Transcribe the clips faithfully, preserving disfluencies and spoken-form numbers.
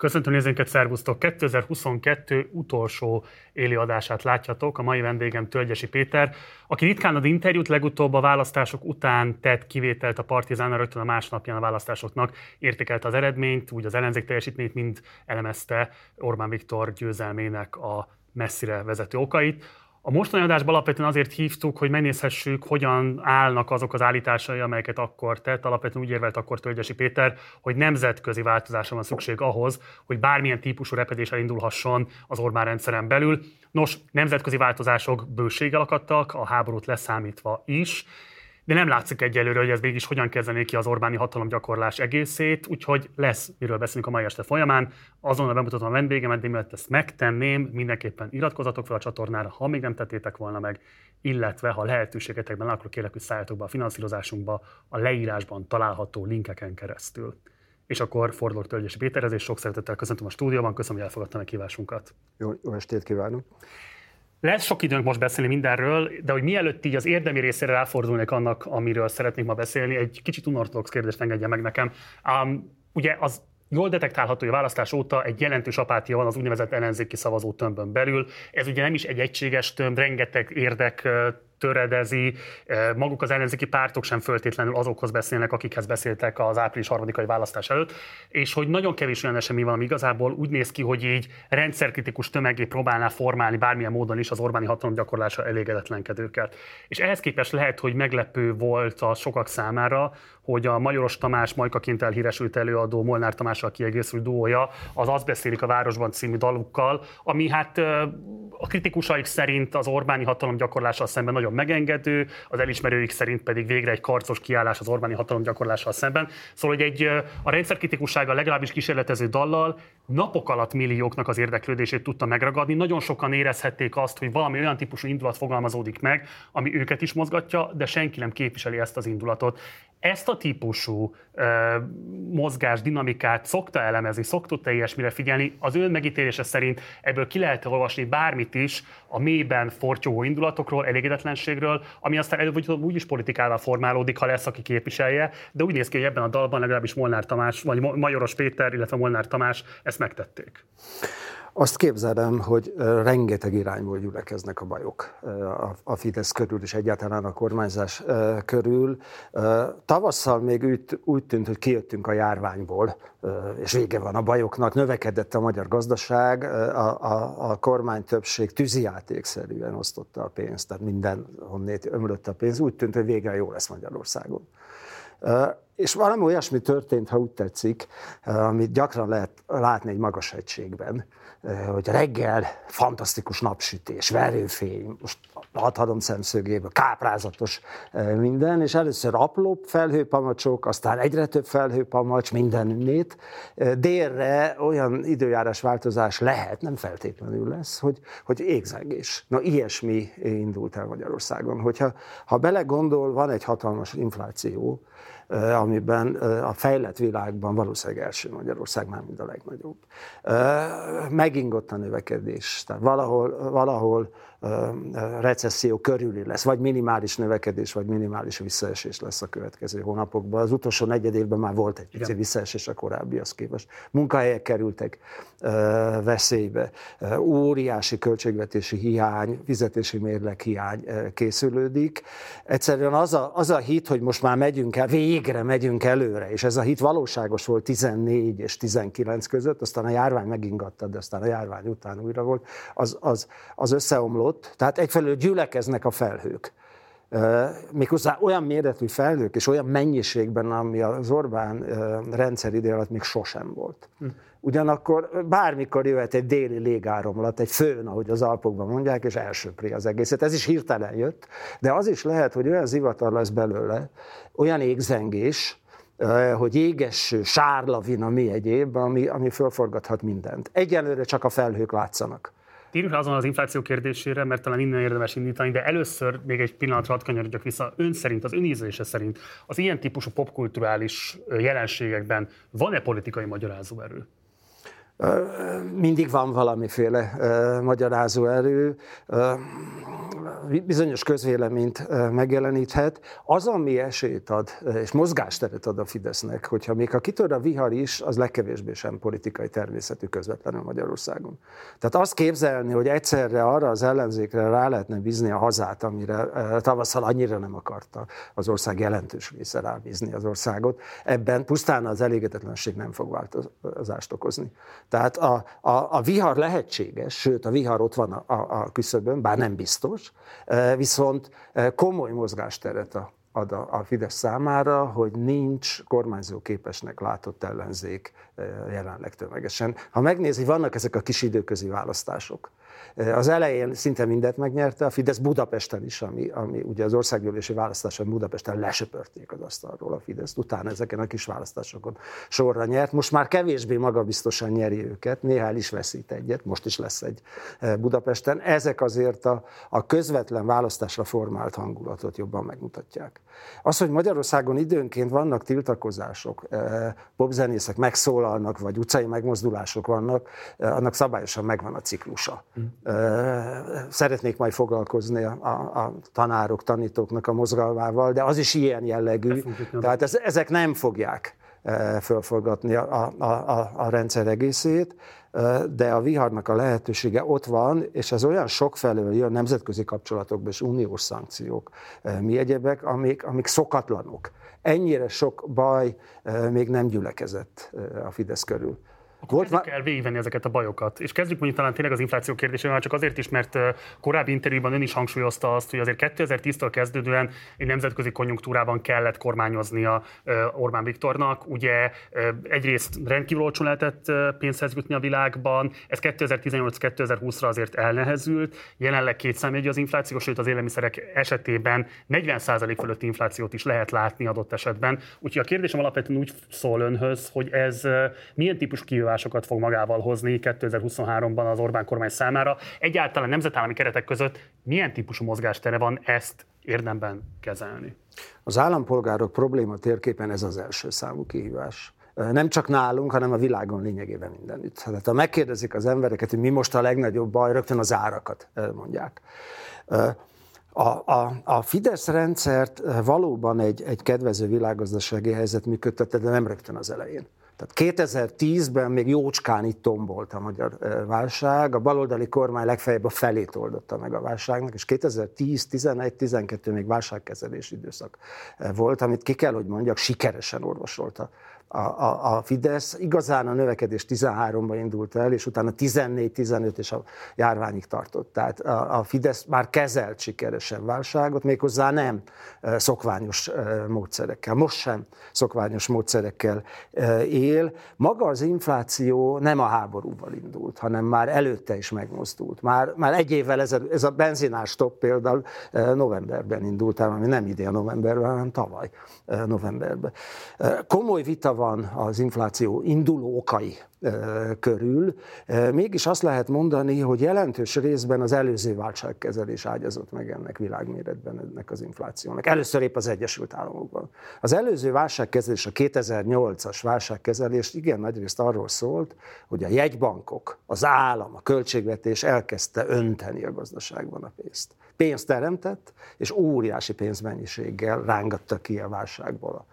Köszöntöm nézőinket, szervusztok! kétezer-huszonkettő utolsó éli adását látjátok. A mai vendégem Tölgyesi Péter, aki ritkán ad interjút, legutóbb a választások után tett kivételt a Partizánnal, rögtön a másnapján a választásoknak értékelte az eredményt, úgy az ellenzék teljesítményt, mind elemezte Orbán Viktor győzelmének a messzire vezető okait. A mostani adásban alapvetően azért hívtuk, hogy megnézhessük, hogyan állnak azok az állításai, amelyeket akkor tett. Alapvetően úgy érvelt akkor Tölgyesi Péter, hogy nemzetközi változásra van szükség ahhoz, hogy bármilyen típusú repedés elindulhasson az Orbán rendszeren belül. Nos, nemzetközi változások bőséggel akadtak, a háborút leszámítva is, de nem látszik egyelőre, hogy ez mégis hogyan kezdené ki az Orbáni hatalomgyakorlás egészét, úgyhogy lesz, miről beszélünk a mai este folyamán. Azonnal bemutatom a vendégemet, de mielőtt ezt megtenném, mindenképpen iratkozzatok fel a csatornára, ha még nem tettétek volna meg, illetve ha lehetőségetekben, akkor kérlek, hogy szálljatok be a finanszírozásunkba a leírásban található linkeken keresztül. És akkor fordulok Tölgyesi Péterhez, és sok szeretettel köszöntöm a stúdióban, köszönöm, hogy elfogadta meg kívásunkat. Jó, jó estét kívánok! Lesz sok időnk most beszélni mindenről, de hogy mielőtt így az érdemi részére ráfordulnék annak, amiről szeretnék ma beszélni, egy kicsit unortodox kérdést engedje meg nekem. Um, ugye az jól detektálható, hogy a választás óta egy jelentős apátia van az úgynevezett ellenzéki szavazó tömbön belül. Ez ugye nem is egy egységes tömb, rengeteg érdek töredezi, maguk az ellenzéki pártok sem föltétlenül azokhoz beszélnek, akikhez beszéltek az április harmadikai választás előtt, és hogy nagyon kevés olyan esemény van, ami igazából úgy néz ki, hogy így rendszerkritikus tömegé próbálná formálni bármilyen módon is az Orbáni hatalomgyakorlásra elégedetlenkedőket. És ehhez képest lehet, hogy meglepő volt a sokak számára, hogy a Majoros Tamás Majkaként elhíresült előadó Molnár Tamással kiegészült duója az Azt beszélik a városban című dalukkal, ami hát a kritikusaik szerint az Orbáni hatalomgyakorlással szemben nagyon megengedő, az elismerőik szerint pedig végre egy karcos kiállás az Orbáni hatalomgyakorlással szemben. Szóval, hogy egy a rendszerkritikussággal legalábbis kísérletező dallal napok alatt millióknak az érdeklődését tudta megragadni. Nagyon sokan érezhették azt, hogy valami olyan típusú indulat fogalmazódik meg, ami őket is mozgatja, de senki nem képviseli ezt az indulatot. Ezt a típusú uh, mozgás, dinamikát szokta elemezni, szoktott-e ilyesmire figyelni? Az ön megítélése szerint ebből ki lehet olvasni bármit is a mélyben fortyogó indulatokról, elégedetlenségről, ami aztán előbb úgy is politikával formálódik, ha lesz, aki képviselje, de úgy néz ki, hogy ebben a dalban legalábbis Molnár Tamás, vagy Majoros Péter, illetve Molnár Tamás ezt megtették. Azt képzelem, hogy rengeteg irányból gyülekeznek a bajok a Fidesz körül és egyáltalán a kormányzás körül. Tavasszal még úgy, úgy tűnt, hogy kijöttünk a járványból, és vége van a bajoknak, növekedett a magyar gazdaság, a, a, a kormány többség tűzijátékszerűen osztotta a pénzt, tehát minden honnét ömlött a pénz, úgy tűnt, hogy végre jó lesz Magyarországon. És valami olyasmi történt, ha úgy tetszik, amit gyakran lehet látni egy magas hegységben, hogy reggel fantasztikus napsütés, verőfény, most adhatom szemszögéből, káprázatos minden, és először apróbb felhőpamacsok, aztán egyre több felhőpamacs, mindenütt. Délre olyan időjárás változás lehet, nem feltétlenül lesz, hogy, hogy égzengés. Na, ilyesmi indult el Magyarországon. Hogyha ha belegondol, van egy hatalmas infláció, amiben a fejlett világban valószínűleg első Magyarország, már mind a legnagyobb. Megingott a növekedés, tehát valahol, valahol recesszió körüli lesz, vagy minimális növekedés, vagy minimális visszaesés lesz a következő hónapokban. Az utolsó negyed évben már volt egy pici visszaesés a korábbihoz képest. Munkahelyek kerültek veszélybe, óriási költségvetési hiány, fizetési mérleg hiány készülődik. Egyszerűen az a, az a hit, hogy most már megyünk el, végre megyünk előre, és ez a hit valóságos volt tizennégy és tizenkilenc között, aztán a járvány megingatta, de aztán a járvány után újra volt, az, az, az összeomlott. Tehát egyfelől gyülekeznek a felhők. Méghozzá olyan méretű felhők és olyan mennyiségben, ami az Orbán rendszer ide alatt még sosem volt. Ugyanakkor bármikor jöhet egy déli légáramlat, egy főn, ahogy az Alpokban mondják, és elsöpri az egészet. Ez is hirtelen jött, de az is lehet, hogy olyan zivatar lesz belőle, olyan égzengés, hogy égeső, sárlavina, mi egyéb, ami, ami fölforgathat mindent. Egyelőre csak a felhők látszanak. Térjünk rá azon az infláció kérdésére, mert talán innen érdemes indítani, de először még egy pillanatra hadd kanyarodjak vissza. Ön szerint, az ön ízlése szerint az ilyen típusú popkulturális jelenségekben van-e politikai magyarázó erő? Mindig van valamiféle magyarázó erő, bizonyos közvéleményt megjeleníthet. Az, ami esélyt ad, és mozgásteret ad a Fidesznek, hogyha még ha kitör a vihar is, az legkevésbé sem politikai természetű közvetlenül Magyarországon. Tehát azt képzelni, hogy egyszerre arra az ellenzékre rá lehetne bízni a hazát, amire tavasszal annyira nem akarta az ország jelentős része rábízni az országot, ebben pusztán az elégedetlenség nem fog változást okozni. Tehát a, a, a vihar lehetséges, sőt a vihar ott van a, a, a küszöbön, bár nem biztos, viszont komoly mozgásteret ad a, a Fidesz számára, hogy nincs kormányzóképesnek látott ellenzék jelenleg tömegesen. Ha megnézi, vannak ezek a kis időközi választások. Az elején szinte mindent megnyerte a Fidesz, Budapesten is, ami, ami ugye az országgyűlési választáson Budapesten lesöpörték az asztalról a Fideszt, utána ezeken a kis választásokon sorra nyert. Most már kevésbé magabiztosan nyeri őket, néha el is veszít egyet, most is lesz egy Budapesten. Ezek azért a, a közvetlen választásra formált hangulatot jobban megmutatják. Az, hogy Magyarországon időnként vannak tiltakozások, popzenészek megszólalnak, vagy utcai megmozdulások vannak, annak szabályosan megvan a ciklusa. Szeretnék majd foglalkozni a, a, a tanárok, tanítóknak a mozgalmával, de az is ilyen jellegű, tehát ez, ezek nem fogják fölforgatni a, a, a, a rendszer egészét, de a viharnak a lehetősége ott van, és ez olyan sokfelől jön, nemzetközi kapcsolatokban és uniós szankciók, mi egyebek, amik, amik szokatlanok. Ennyire sok baj még nem gyülekezett a Fidesz körül. Akkor kezdjük el végigvenni ezeket a bajokat. És kezdjük mondjuk talán tényleg az infláció kérdésével, csak azért is, mert korábbi interjúban ön is hangsúlyozta azt, hogy azért kétezer-tíztől kezdődően egy nemzetközi konjunktúrában kellett kormányoznia Orbán Viktornak. Ugye egyrészt rendkívül olcsón lehetett pénzhez jutni a világban, ez kétezer-tizennyolc-kétezer-húszra azért elnehezült, jelenleg kétszámjegyű az infláció, sőt az élelmiszerek esetében negyven százalék fölötti inflációt is lehet látni adott esetben. Úgyhogy a kérdésem alapvetően úgy szól önhöz, hogy ez milyen típusú kihívásokat fog magával hozni kétezer-huszonháromban az Orbán kormány számára. Egyáltalán nemzetállami keretek között milyen típusú mozgástere van ezt érdemben kezelni? Az állampolgárok probléma térképen ez az első számú kihívás. Nem csak nálunk, hanem a világon lényegében mindenütt. Tehát ha megkérdezik az embereket, hogy mi most a legnagyobb baj, rögtön az árakat mondják. A, a, a Fidesz rendszert valóban egy, egy kedvező világgazdasági helyzet működtette, de nem rögtön az elején. Tehát kétezer-tízben még jócskán itt tombolt a magyar válság, a baloldali kormány legfeljebb a felét oldotta meg a válságnak, és kétezer-tíz, tizenegy, tizenkettő még válságkezelési időszak volt, amit ki kell, hogy mondjak, sikeresen orvosolta a, a, a Fidesz. Igazán a növekedés tizenháromban indult el, és utána tizennégy, tizenöt és a járványig tartott. Tehát a, a Fidesz már kezelt sikeresen válságot, méghozzá nem szokványos módszerekkel. Most sem szokványos módszerekkel él. Maga az infláció nem a háborúval indult, hanem már előtte is megmozdult. Már, már egy évvel ezelőtt, ez a benzinár stop például novemberben indult el, ami nem idén novemberben, hanem tavaly novemberben. Komoly vita van az infláció induló okai körül. Mégis azt lehet mondani, hogy jelentős részben az előző válságkezelés ágyazott meg ennek világméretben, ennek az inflációnak. Először épp az Egyesült Államokban. Az előző válságkezelés, a kétezer-nyolcas válságkezelés igen nagyrészt arról szólt, hogy a jegybankok, az állam, a költségvetés elkezdte önteni a gazdaságban a pénzt. Pénzt teremtett, és óriási pénzmennyiséggel rángatta ki a válságból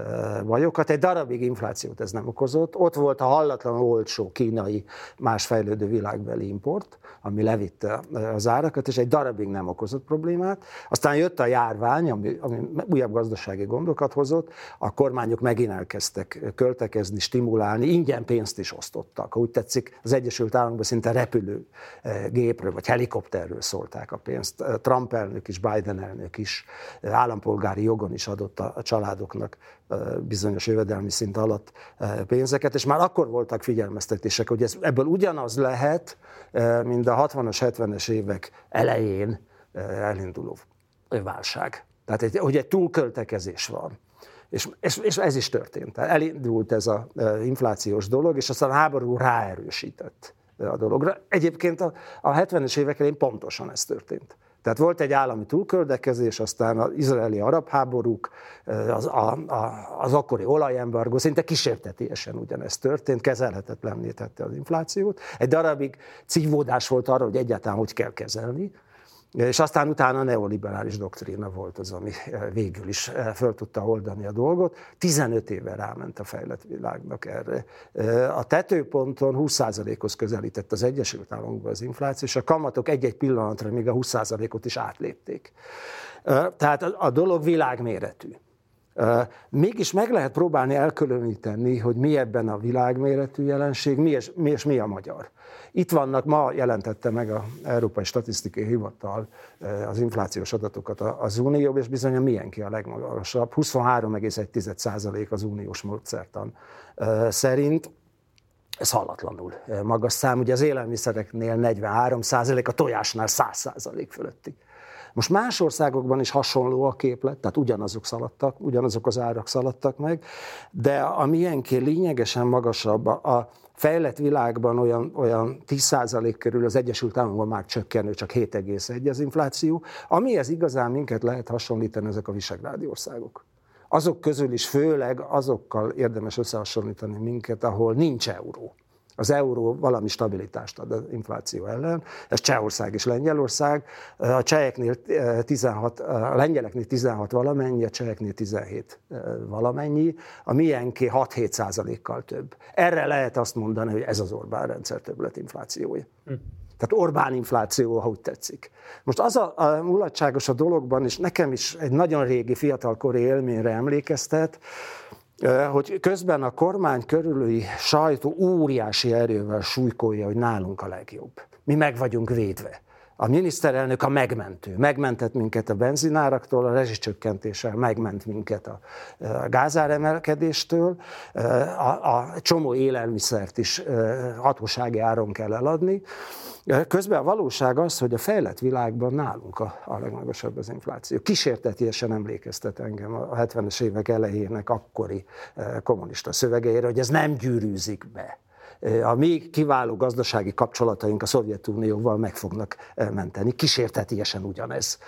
a bajokat. Egy darabig inflációt ez nem okozott. Ott volt a hallatlanul olcsó kínai más fejlődő világbeli import, ami levitte az árakat, és egy darabig nem okozott problémát. Aztán jött a járvány, ami, ami újabb gazdasági gondokat hozott, a kormányok megint elkezdtek költekezni, stimulálni, ingyen pénzt is osztottak. Ha úgy tetszik, az Egyesült Államokban szinte repülőgépről vagy helikopterről szólták a pénzt. Trump elnök is, Biden elnök is állampolgári jogon is adott a családoknak bizonyos jövedelmi szint alatt pénzeket, és már akkor voltak figyelmeztetések, hogy ez, ebből ugyanaz lehet, mint a hatvanas, hetvenes évek elején elinduló válság. Tehát, egy, hogy egy túlköltekezés van. És, és, és ez is történt. Tehát elindult ez az inflációs dolog, és aztán a háború ráerősített a dologra. Egyébként a, a hetvenes évek elején pontosan ez történt. Tehát volt egy állami túlköldekezés, aztán az izraeli-arab háborúk, az, a, a, az akkori olajembargó, szinte kísértetiesen ugyanezt történt, kezelhetetlenné tette az inflációt. Egy darabig cívódás volt arra, hogy egyáltalán hogy kell kezelni, és aztán utána a neoliberális doktrína volt az, ami végül is föl tudta oldani a dolgot. tizenöt éve ráment a fejlett világnak erre. A tetőponton húsz százalékhoz közelített az Egyesült Államokban az infláció, és a kamatok egy-egy pillanatra még a húsz százalékot is átlépték. Tehát a dolog világméretű. Mégis meg lehet próbálni elkülöníteni, hogy mi ebben a világméretű jelenség, mi és mi, és mi a magyar. Itt vannak, ma jelentette meg az Európai Statisztikai Hivatal az inflációs adatokat az Unió, és bizony a miénki a legmagasabb, huszonhárom egész egy százalék az uniós módszertan szerint. Ez hallatlanul magas szám, ugye az élelmiszereknél negyvenhárom százalék, a tojásnál száz százalék fölötti. Most más országokban is hasonló a képlet, tehát ugyanazok szaladtak, ugyanazok az árak szaladtak meg, de a miénké lényegesen magasabb, a fejlett világban olyan, olyan tíz százalék körül, az Egyesült Államokban már csökkenő, csak hét egész egy az infláció, amihez igazán minket lehet hasonlítani, ezek a visegrádi országok. Azok közül is főleg azokkal érdemes összehasonlítani minket, ahol nincs euró. Az euró valami stabilitást ad az infláció ellen, ez Csehország és Lengyelország, a cseheknél tizenhat, a lengyeleknél tizenhat valamennyi, a cseheknél tizenhét valamennyi, a miénké hat-hét százalékkal több. Erre lehet azt mondani, hogy ez az Orbán rendszer többletinflációja. Hm. Tehát Orbán infláció, ha úgy tetszik. Most az a, a mulatságos a dologban, és nekem is egy nagyon régi fiatalkori élményre emlékeztet, hogy közben a kormány körüli sajtó óriási erővel súlykolja, hogy nálunk a legjobb. Mi meg vagyunk védve. A miniszterelnök a megmentő. Megmentett minket a benzináraktól, a rezsicsökkentéssel megment minket a gázáremelkedéstől. A, a csomó élelmiszert is hatósági áron kell eladni. Közben a valóság az, hogy a fejlett világban nálunk a, a legmagasabb az infláció. Kísértetiesen emlékeztet engem a hetvenes évek elejének akkori kommunista szövegeire, hogy ez nem gyűrűzik be. A még kiváló gazdasági kapcsolataink a Szovjetunióval meg fognak menteni. Kísértetiesen ugyanez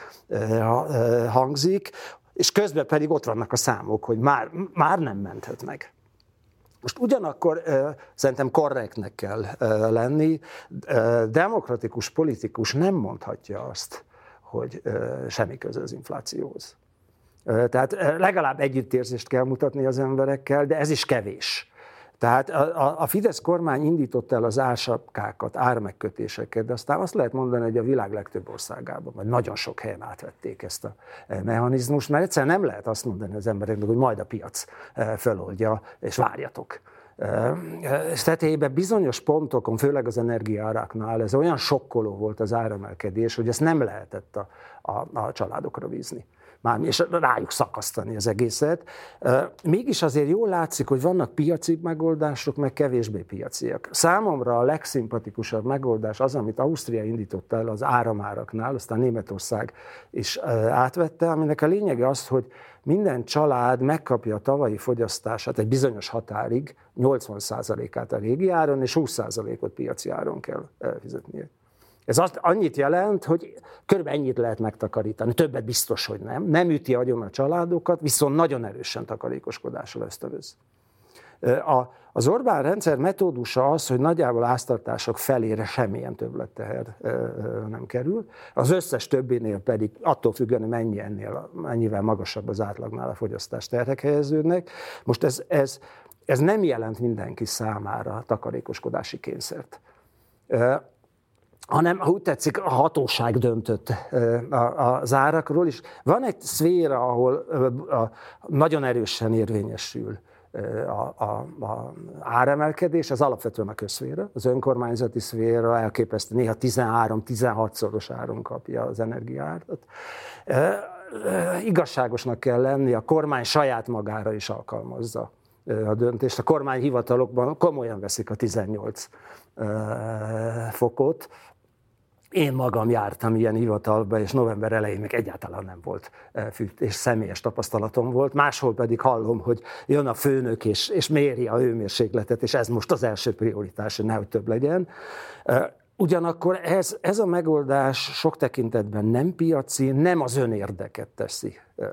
hangzik, és közben pedig ott vannak a számok, hogy már, már nem menthet meg. Most ugyanakkor szerintem korrektnek kell lenni, demokratikus politikus nem mondhatja azt, hogy semmi köze az inflációhoz. Tehát legalább együttérzést kell mutatni az emberekkel, de ez is kevés. Tehát a, a Fidesz kormány indított el az ársapkákat, ármegkötéseket, de aztán azt lehet mondani, hogy a világ legtöbb országában, vagy nagyon sok helyen átvették ezt a mechanizmust, mert egyszerűen nem lehet azt mondani az embereknek, hogy majd a piac feloldja, és várjatok. És tettében bizonyos pontokon, főleg az energiaáraknál ez olyan sokkoló volt az áremelkedés, hogy ezt nem lehetett a, a, a családokra bízni. Már, és rájuk szakasztani az egészet. Mégis azért jól látszik, hogy vannak piaci megoldások, meg kevésbé piaciak. Számomra a legszimpatikusabb megoldás az, amit Ausztria indított el az áramáraknál, aztán Németország is átvette, aminek a lényege az, hogy minden család megkapja a tavalyi fogyasztását egy bizonyos határig, nyolcvan százalékát a régi áron, és húsz százalékot piaci áron kell fizetnie. Ez azt annyit jelent, hogy körülbelül ennyit lehet megtakarítani, többet biztos, hogy nem. Nem üti agyon a családokat, viszont nagyon erősen takarékoskodásra ösztönöz. Az Orbán rendszer metódusa az, hogy nagyjából háztartások felére semmilyen többletteher nem kerül, az összes többinél pedig attól függően, mennyi ennél, mennyivel magasabb az átlagnál a fogyasztás terhek helyeződnek. Most ez, ez, ez nem jelent mindenki számára takarékoskodási kényszert. Hanem, ha úgy tetszik, a hatóság döntött az árakról is. Van egy szféra, ahol nagyon erősen érvényesül a, a, a áremelkedés, az alapvetően a közszféra, az önkormányzati szféra elképesztő, néha tizenhárom-tizenhatszoros áron kapja az energiaárat. Igazságosnak kell lenni, a kormány saját magára is alkalmazza a döntést. A kormányhivatalokban komolyan veszik a tizennyolc fokot. Én magam jártam ilyen hivatalba, és november elején még egyáltalán nem volt fűtés, személyes tapasztalatom volt. Máshol pedig hallom, hogy jön a főnök, és, és méri a hőmérsékletet, és ez most az első prioritás, hogy nehogy több legyen. Ugyanakkor ez, ez a megoldás sok tekintetben nem piaci, nem az önérdeket teszi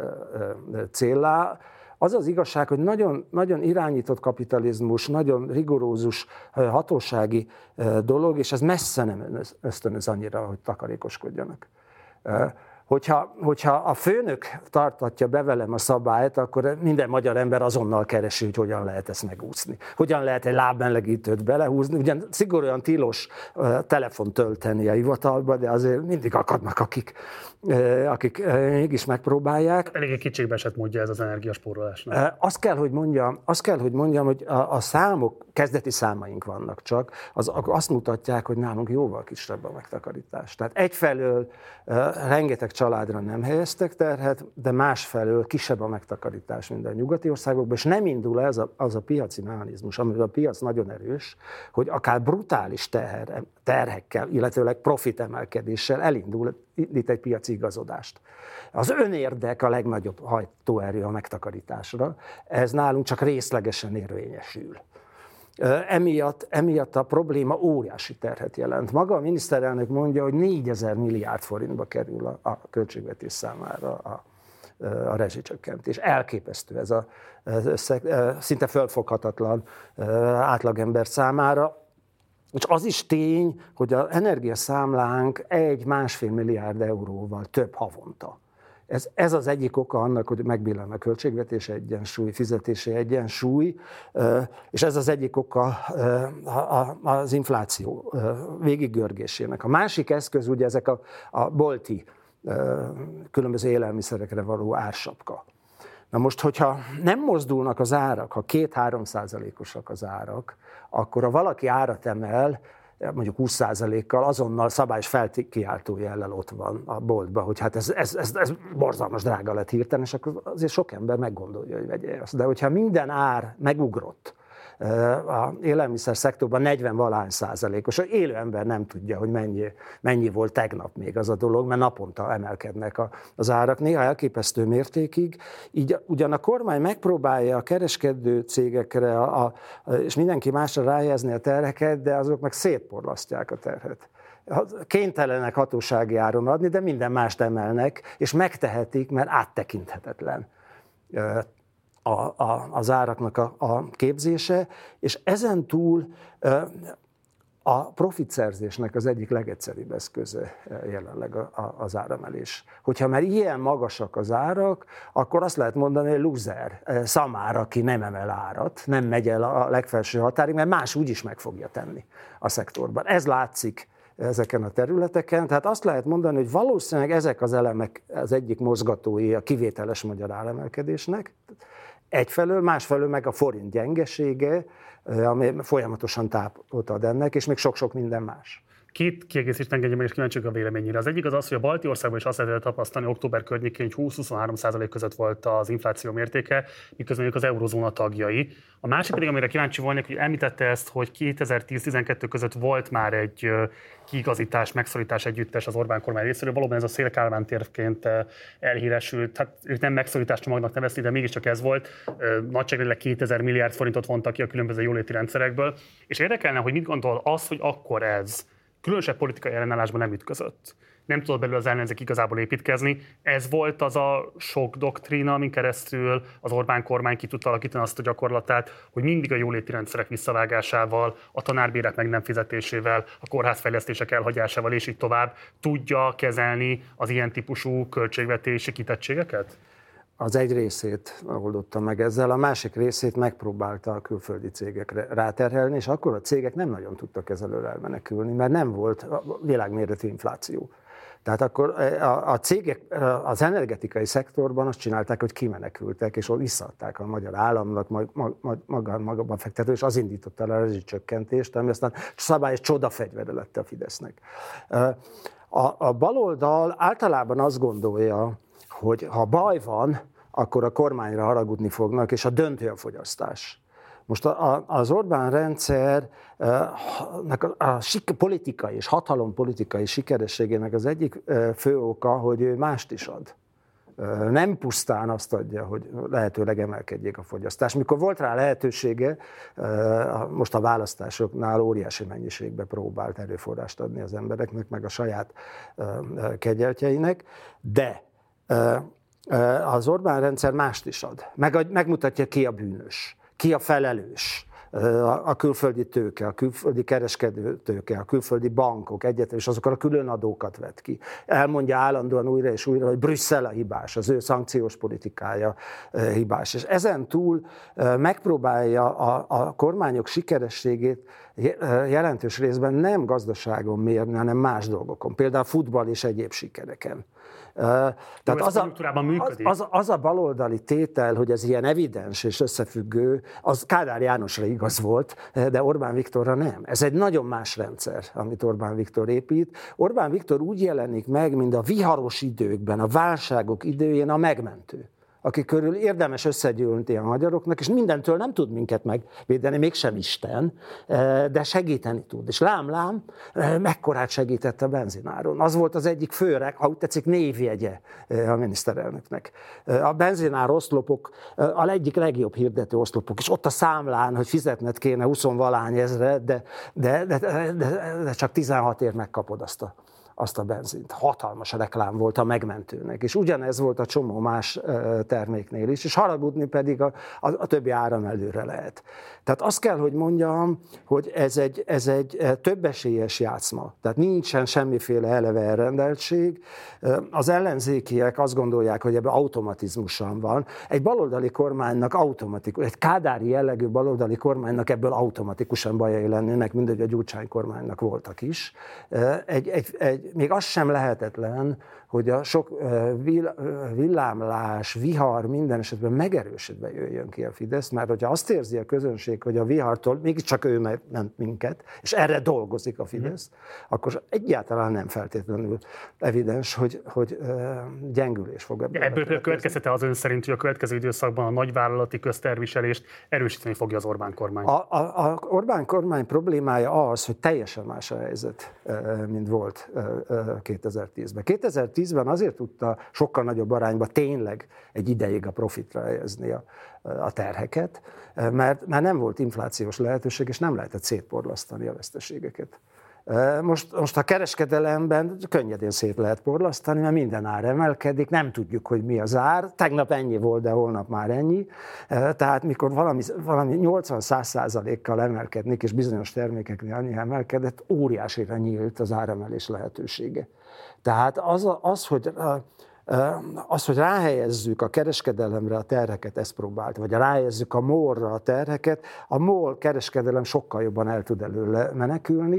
céllá. Az az igazság, hogy nagyon, nagyon irányított kapitalizmus, nagyon rigorózus hatósági dolog, és ez messze nem ösztönöz annyira, hogy takarékoskodjanak. Hogyha, hogyha a főnök tartatja be velem a szabályt, akkor minden magyar ember azonnal keresi, hogy hogyan lehet ezt megúszni. Hogyan lehet egy lábmelegítőt belehúzni. Ugyan szigorúan tilos telefont tölteni a hivatalba, de azért mindig akadnak, akik, akik mégis megpróbálják. Eléggé kétségbe esett módja ez az energiaspórolásnak. Azt kell, hogy mondjam, azt kell, hogy mondjam, hogy a, a számok, kezdeti számaink vannak csak, az, azt mutatják, hogy nálunk jóval kisebb a megtakarítás. Tehát egyfelől rengeteg családra nem helyeztek terhet, de másfelől kisebb a megtakarítás, mint a nyugati országokban, és nem indul ez a, az a piaci mechanizmus, amivel a piac nagyon erős, hogy akár brutális teher, terhekkel, illetőleg profitemelkedéssel elindul itt egy piaci igazodást. Az önérdek a legnagyobb hajtóerő a megtakarításra, ez nálunk csak részlegesen érvényesül. Emiatt, emiatt a probléma óriási terhet jelent. Maga a miniszterelnök mondja, hogy négyezer milliárd forintba kerül a, a költségvetés számára a, a rezsicsökkentés. Elképesztő ez a összeg, szinte fölfoghatatlan átlagember számára. És az is tény, hogy az energiaszámlánk egy-másfél milliárd euróval több havonta. Ez, ez az egyik oka annak, hogy megbillen a költségvetés egyensúly, fizetési egyensúly, és ez az egyik oka az infláció végiggörgésének. A másik eszköz ugye ezek a, a bolti különböző élelmiszerekre való ársapka. Na most, hogyha nem mozdulnak az árak, ha két-három százalékosak az árak, akkor ha valaki árat emel, mondjuk húsz százalékkal, azonnal szabályos felkiáltó jellel ott van a boltban, hogy hát ez, ez, ez, ez borzalmas drága lett hirtelen, és akkor azért sok ember meggondolja, hogy vegye ezt. De hogyha minden ár megugrott, a élelmiszer szektorban negyven-valahány százalékos, az élő ember nem tudja, hogy mennyi, mennyi volt tegnap még az a dolog, mert naponta emelkednek az árak, néha elképesztő mértékig. Így ugyan a kormány megpróbálja a kereskedő cégekre a, a, és mindenki másra ráhelyezni a terheket, de azok meg szétporlasztják a terhet. Kénytelenek hatósági áron adni, de minden mást emelnek, és megtehetik, mert áttekinthetetlen A, a, az áraknak a, a képzése, és ezen túl a profitszerzésnek az egyik legegyszerűbb eszköze jelenleg a, a, az áremelés. Hogyha már ilyen magasak az árak, akkor azt lehet mondani, hogy loser, szamár, aki nem emel árat, nem megy el a legfelső határig, mert más úgyis meg fogja tenni a szektorban. Ez látszik ezeken a területeken, tehát azt lehet mondani, hogy valószínűleg ezek az elemek az egyik mozgatói a kivételes magyar áremelkedésnek, egyfelől, másfelől meg a forint gyengesége, ami folyamatosan tápot ad ennek, és még sok-sok minden más. Két kiegészítést engedje meg, és kíváncsiak a véleményére. Az egyik az az, hogy a balti országban is azt lehetett tapasztalni, október környékén, hogy húsz-huszonhárom százalék között volt az infláció mértéke, miközben ők az eurozóna tagjai. A másik pedig, amire kíváncsi volnék, hogy említette ezt, hogy kétezer-tíz-tizenkettő között volt már egy kiigazítás, megszorítás együttes az Orbán kormány részéről. Valóban ez a Széll Kálmán tervként elhíresült, hát ők nem megszorítás csomagnak nevezni, de mégiscsak ez volt. Nagyságrendileg kétezer milliárd forintot vontak ki a különböző jóléti rendszerekből. És érdekelne, hogy mit gondol az, hogy akkor ez különösebb politikai ellenállásban nem ütközött. Nem tudott belőle az ellenzék igazából építkezni. Ez volt az a sok doktrína, amin keresztül az Orbán kormány ki tudta alakítani azt a gyakorlatát, hogy mindig a jóléti rendszerek visszavágásával, a tanárbérek meg nem fizetésével, a kórházfejlesztések elhagyásával és így tovább tudja kezelni az ilyen típusú költségvetési kitettségeket? Az egy részét oldotta meg ezzel, a másik részét megpróbálta a külföldi cégekre ráterhelni, és akkor a cégek nem nagyon tudtak ez elől elmenekülni, mert nem volt világméretű infláció. Tehát akkor a, a cégek az energetikai szektorban azt csinálták, hogy kimenekültek, és visszaadták a magyar államnak, maga, magában fektető, és az indította el a rezsicsökkentést, ami aztán szabályos csodafegyvere lett a Fidesznek. A, a baloldal általában azt gondolja, hogy ha baj van, akkor a kormányra haragudni fognak, és a döntő a fogyasztás. Most az Orbán rendszer a, a politikai és hatalompolitikai sikerességének az egyik fő oka, hogy ő mást is ad. Nem pusztán azt adja, hogy lehetőleg emelkedjék a fogyasztás. Mikor volt rá lehetősége, most a választásoknál óriási mennyiségbe próbált erőforrást adni az embereknek, meg a saját kegyeltjeinek, de az Orbán rendszer mást is ad. Meg, megmutatja, ki a bűnös, ki a felelős. A külföldi tőke, a külföldi kereskedő tőke, a külföldi bankok egyetem, és azokkal a különadókat vet ki. Elmondja állandóan újra és újra, hogy Brüsszel a hibás, az ő szankciós politikája hibás. És ezen túl megpróbálja a, a kormányok sikerességét jelentős részben nem gazdaságon mérni, hanem más dolgokon. Például futball és egyéb sikereken. Tehát az a, az, az, az a baloldali tétel, hogy ez ilyen evidens és összefüggő, az Kádár Jánosra igaz volt, de Orbán Viktorra nem. Ez egy nagyon más rendszer, amit Orbán Viktor épít. Orbán Viktor úgy jelenik meg, mint a viharos időkben, a válságok időjén a megmentő, aki körül érdemes összegyűlni a magyaroknak, és mindentől nem tud minket megvédeni, mégsem Isten, de segíteni tud. És lám-lám, mekkorát segített a benzináron. Az volt az egyik fő, ha úgy tetszik, névjegye a miniszterelnöknek. A benzinár oszlopok a egyik legjobb hirdető oszlopok, és ott a számlán, hogy fizetned kéne huszonvalány ezre, de, de, de, de, de csak tizenhatért megkapod azt a azt a benzint. Hatalmas reklám volt a megmentőnek, és ugyanez volt a csomó más terméknél is, és haragudni pedig a, a, a többi áramelőre lehet. Tehát azt kell, hogy mondjam, hogy ez egy, ez egy többesélyes játszma. Tehát nincsen semmiféle eleve elrendeltség. Az ellenzékiek azt gondolják, hogy ebben automatizmusan van. Egy baloldali kormánynak automatikus, egy kádári jellegű baloldali kormánynak ebből automatikusan bajai lennének, mindegy, a Gyurcsány kormánynak voltak is. Egy, egy, egy még az sem lehetetlen, hogy a sok villámlás, vihar minden esetben megerősödve jöjjön ki a Fidesz, mert hogyha azt érzi a közönség, hogy a vihartól mégiscsak ő ment minket, és erre dolgozik a Fidesz, mm. akkor egyáltalán nem feltétlenül evidens, hogy, hogy gyengülés fog ebből. Ebből következhet az ön szerint, hogy a következő időszakban a nagyvállalati közterviselést erősíteni fogja az Orbán kormány? A, a, a Orbán kormány problémája az, hogy teljesen más a helyzet, mint volt kétezer-tízben. kétezer-tízben azért tudta sokkal nagyobb arányban tényleg egy ideig a profitra helyezni a, a terheket, mert már nem volt inflációs lehetőség, és nem lehetett szétporlasztani a veszteségeket. Most, most a kereskedelemben könnyedén szét lehet porlasztani, mert minden ár emelkedik, nem tudjuk, hogy mi az ár, tegnap ennyi volt, de holnap már ennyi. Tehát mikor valami, valami nyolcvan-száz százalékkal emelkednik, és bizonyos termékeknél annyi emelkedett, óriásira nyílt az áremelés lehetősége. Tehát az, az hogy... Az, hogy ráhelyezzük a kereskedelemre a terheket, ezt próbált, vagy ráhelyezzük a mólra a terheket, a mól kereskedelem sokkal jobban el tud előle menekülni.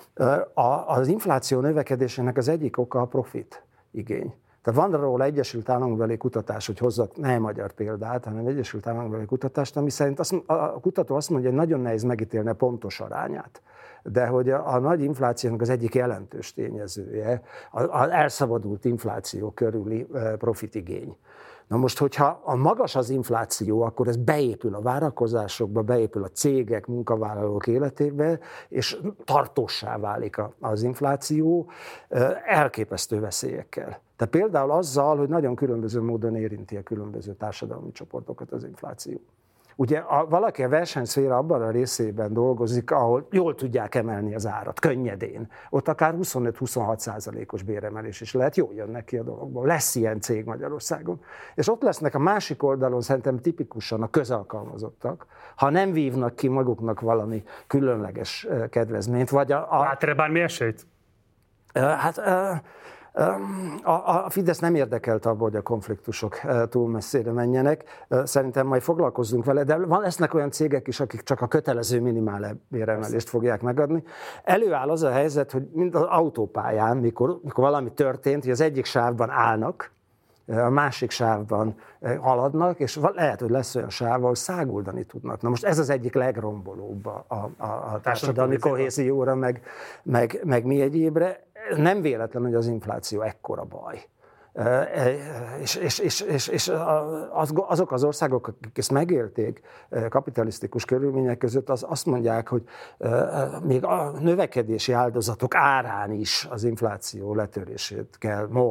Az infláció növekedésének az egyik oka a profit igény. Tehát van róla Egyesült Államokbeli kutatás, hogy hozzak ne magyar példát, hanem Egyesült Államokbeli kutatást, ami szerint azt, a kutató azt mondja, hogy nagyon nehéz megítélni a pontos arányát. De hogy a, a nagy inflációnak az egyik jelentős tényezője az elszabadult infláció körüli profitigény. Na most, hogyha a magas az infláció, akkor ez beépül a várakozásokba, beépül a cégek, munkavállalók életébe, és tartóssá válik az infláció elképesztő veszélyekkel. Tehát például azzal, hogy nagyon különböző módon érinti a különböző társadalmi csoportokat az infláció. Ugye a, valaki a versenyszféra abban a részében dolgozik, ahol jól tudják emelni az árat, könnyedén. Ott akár huszonöt-huszonhat százalékos béremelés is lehet, jól jön neki a dologból. Lesz ilyen cég Magyarországon. És ott lesznek a másik oldalon szerintem tipikusan a közalkalmazottak, ha nem vívnak ki maguknak valami különleges kedvezményt, vagy a... a hát erre bármi esélyt? Hát... A Fidesz nem érdekelt abban, hogy a konfliktusok túl messzire menjenek. Szerintem majd foglalkozzunk vele, de van, lesznek olyan cégek is, akik csak a kötelező minimál béremelést fogják megadni. Előáll az a helyzet, hogy mind az autópályán, mikor, mikor valami történt, hogy az egyik sávban állnak, a másik sávban haladnak, és lehet, hogy lesz olyan sáv, ahol száguldani tudnak. Na most ez az egyik legrombolóbb a, a, a társadalmi kohézióra, meg, meg, meg mi egyébre. Nem véletlen, hogy az infláció ekkora baj. És, és, és, és, és azok az országok, akik ezt megélték kapitalisztikus körülmények között, az azt mondják, hogy még a növekedési áldozatok árán is az infláció letörését kell most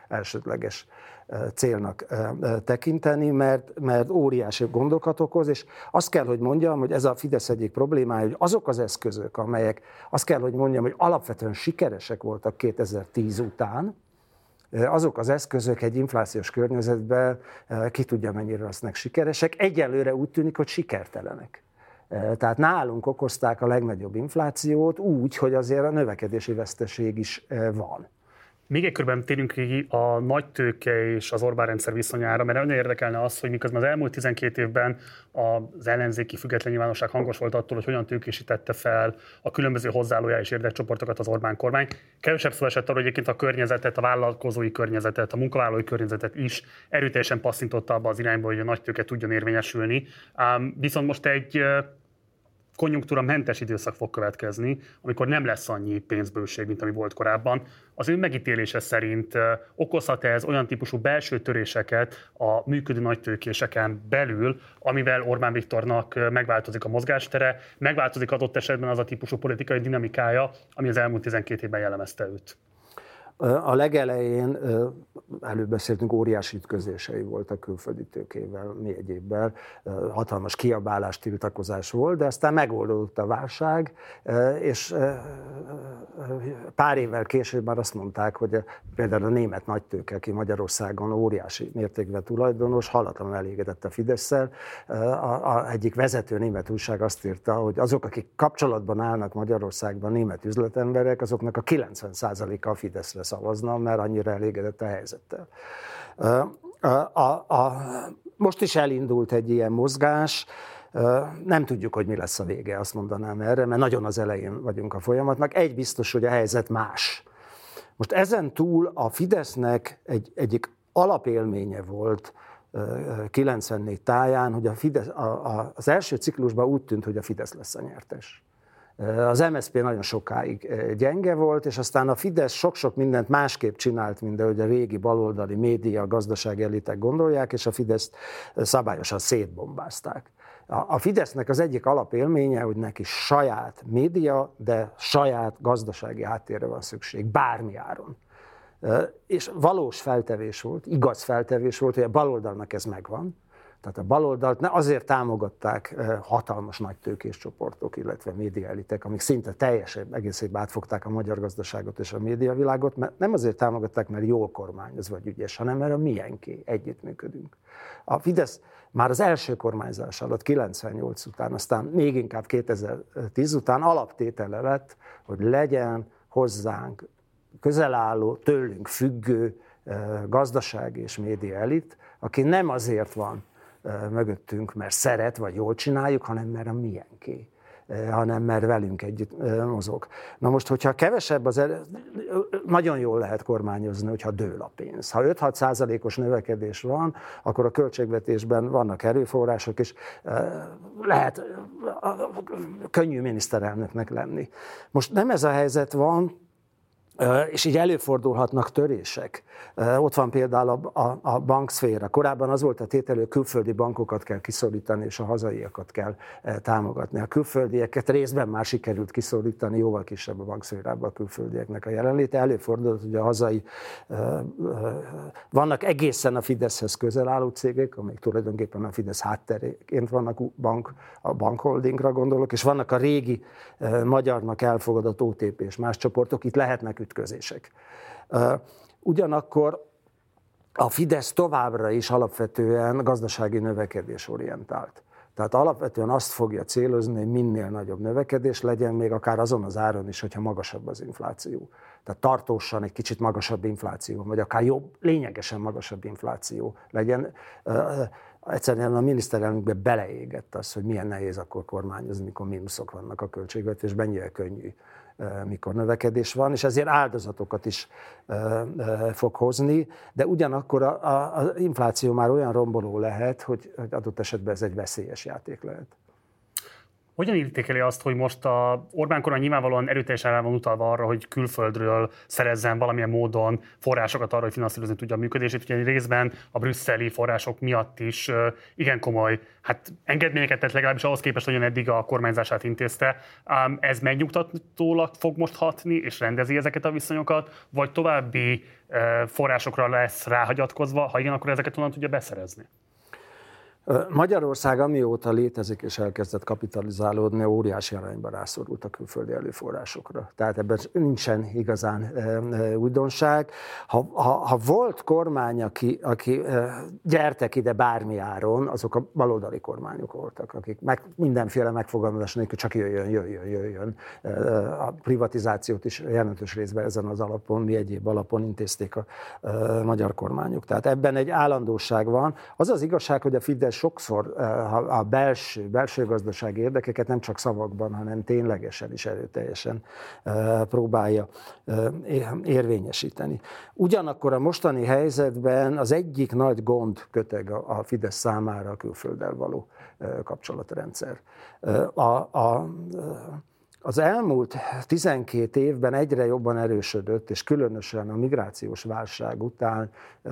elsődleges célnak tekinteni, mert, mert óriási gondokat okoz, és azt kell, hogy mondjam, hogy ez a Fidesz egyik problémája, hogy azok az eszközök, amelyek azt kell, hogy mondjam, hogy alapvetően sikeresek voltak kétezer-tíz után, azok az eszközök egy inflációs környezetben ki tudja, mennyire lesznek sikeresek. Egyelőre úgy tűnik, hogy sikertelenek. Tehát nálunk okozták a legnagyobb inflációt úgy, hogy azért a növekedési veszteség is van. Még egy körben térünk ki a nagytőke és az Orbán rendszer viszonyára, mert nagyon érdekelne az, hogy miközben az elmúlt tizenkét évben az ellenzéki független nyilvánosság hangos volt attól, hogy hogyan tőkésítette fel a különböző hozzáállójá és érdekcsoportokat az Orbán kormány. Kevesebb szó esett arról, hogy egyébként a környezetet, a vállalkozói környezetet, a munkavállalói környezetet is erőteljesen passzintotta abba az irányba, hogy a nagytőke tudjon érvényesülni. Viszont most egy konjunktúra mentes időszak fog következni, amikor nem lesz annyi pénzbőség, mint ami volt korábban. Az ön megítélése szerint okozhat ez olyan típusú belső töréseket a működő nagytőkéseken belül, amivel Orbán Viktornak megváltozik a mozgástere, megváltozik adott esetben az a típusú politikai dinamikája, ami az elmúlt tizenkét évben jellemezte őt? A legelején előbb beszéltünk, óriási ütközései voltak külföldi tőkével, mi egyébbel, hatalmas kiabálás, tiltakozás volt, de aztán megoldódott a válság, és pár évvel később már azt mondták, hogy például a német nagytőke, aki Magyarországon óriási mértékben tulajdonos, hallatlanul elégedett a Fidesszel. A, a egyik vezető német újság azt írta, hogy azok, akik kapcsolatban állnak Magyarországban, német üzletemberek, azoknak a kilencven százaléka a Fideszre szavazna, mert annyira elégedett a helyzettel. A, a, a, most is elindult egy ilyen mozgás, nem tudjuk, hogy mi lesz a vége, azt mondanám erre, mert nagyon az elején vagyunk a folyamatnak. Egy biztos, hogy a helyzet más. Most ezen túl a Fidesznek egy, egyik alapélménye volt kilencvennégy táján, hogy a Fidesz, a, a, az első ciklusban úgy tűnt, hogy a Fidesz lesz a nyertes. Az em es zé pé nagyon sokáig gyenge volt, és aztán a Fidesz sok-sok mindent másképp csinált, mint ahogy a régi baloldali média, gazdasági elitek gondolják, és a Fideszt szabályosan szétbombázták. A Fidesznek az egyik alapélménye, hogy neki saját média, de saját gazdasági háttérre van szükség, bármi áron. És valós feltevés volt, igaz feltevés volt, hogy a baloldalnak ez megvan. Tehát a baloldalt ne azért támogatták hatalmas nagy tőkés csoportok, illetve médiaelitek, amik szinte teljesen egészében átfogták a magyar gazdaságot és a médiavilágot, mert nem azért támogatták, mert jól kormányoz vagy ügyes, hanem mert a miénké, együttműködünk. A Fidesz már az első kormányzás alatt, kilencvennyolc után, aztán még inkább kétezer-tíz után alaptétele lett, hogy legyen hozzánk közel álló, tőlünk függő gazdasági és média elit, aki nem azért van mögöttünk, mert szeret, vagy jól csináljuk, hanem mert a miénké, hanem mert velünk együtt mozog. Na most, hogyha kevesebb az el... nagyon jól lehet kormányozni, hogyha dől a pénz. Ha öt-hat százalékos növekedés van, akkor a költségvetésben vannak erőforrások, és lehet könnyű miniszterelnöknek lenni. Most nem ez a helyzet van, és így előfordulhatnak törések. Ott van például a, a, a bankszféra. Korábban az volt a tétel, hogy külföldi bankokat kell kiszorítani, és a hazaiakat kell támogatni. A külföldieket részben már sikerült kiszorítani, jóval kisebb a bankszférában a külföldieknek a jelenléte. Előfordult, hogy a hazai, vannak egészen a Fideszhez közel álló cégek, amik tulajdonképpen a Fidesz hátteréként vannak, bank, a bankholdingra gondolok, és vannak a régi magyarnak elfogadott o té pé és más csoportok, itt lehetnek ütközések. Ugyanakkor a Fidesz továbbra is alapvetően gazdasági növekedés orientált. Tehát alapvetően azt fogja célozni, hogy minél nagyobb növekedés legyen, még akár azon az áron is, hogyha magasabb az infláció. Tehát tartósan egy kicsit magasabb infláció, vagy akár jobb, lényegesen magasabb infláció legyen. Egyszerűen a miniszterelnökbe beleégett az, hogy milyen nehéz akkor kormányozni, mikor mínuszok vannak a költségvetésben, mennyire könnyű, mikor növekedés van, és ezért áldozatokat is fog hozni, de ugyanakkor az infláció már olyan romboló lehet, hogy adott esetben ez egy veszélyes játék lehet. Hogyan értékeli azt, hogy most a Orbán kormány nyilvánvalóan erőteljesen rá van utalva arra, hogy külföldről szerezzen valamilyen módon forrásokat arra, hogy finanszírozni tudja a működését, ugye részben a brüsszeli források miatt is igen komoly hát engedményeket tett legalábbis ahhoz képest, hogy eddig a kormányzását intézte. Ez megnyugtatólag fog most hatni, és rendezi ezeket a viszonyokat, vagy további forrásokra lesz ráhagyatkozva, ha igen, akkor ezeket honnan tudja beszerezni? Magyarország amióta létezik és elkezdett kapitalizálódni, óriási arányban rászorult a külföldi előforrásokra. Tehát ebben nincsen igazán e, újdonság. Ha, ha, ha volt kormány, aki, aki e, gyertek ide bármi áron, azok a baloldali kormányok voltak, akik meg, mindenféle megfogalmazás nélkül csak jöjjön, jöjjön, jöjjön. A privatizációt is jelentős részben ezen az alapon, mi egyéb alapon intézték a e, magyar kormányok. Tehát ebben egy állandóság van. Az az igazság, hogy a Fidesz sokszor a belső, belső gazdasági érdekeket nem csak szavakban, hanem ténylegesen is erőteljesen próbálja érvényesíteni. Ugyanakkor a mostani helyzetben az egyik nagy gond köteg a Fidesz számára a külfölddel való kapcsolatrendszer. A, a, Az elmúlt tizenkét évben egyre jobban erősödött, és különösen a migrációs válság után,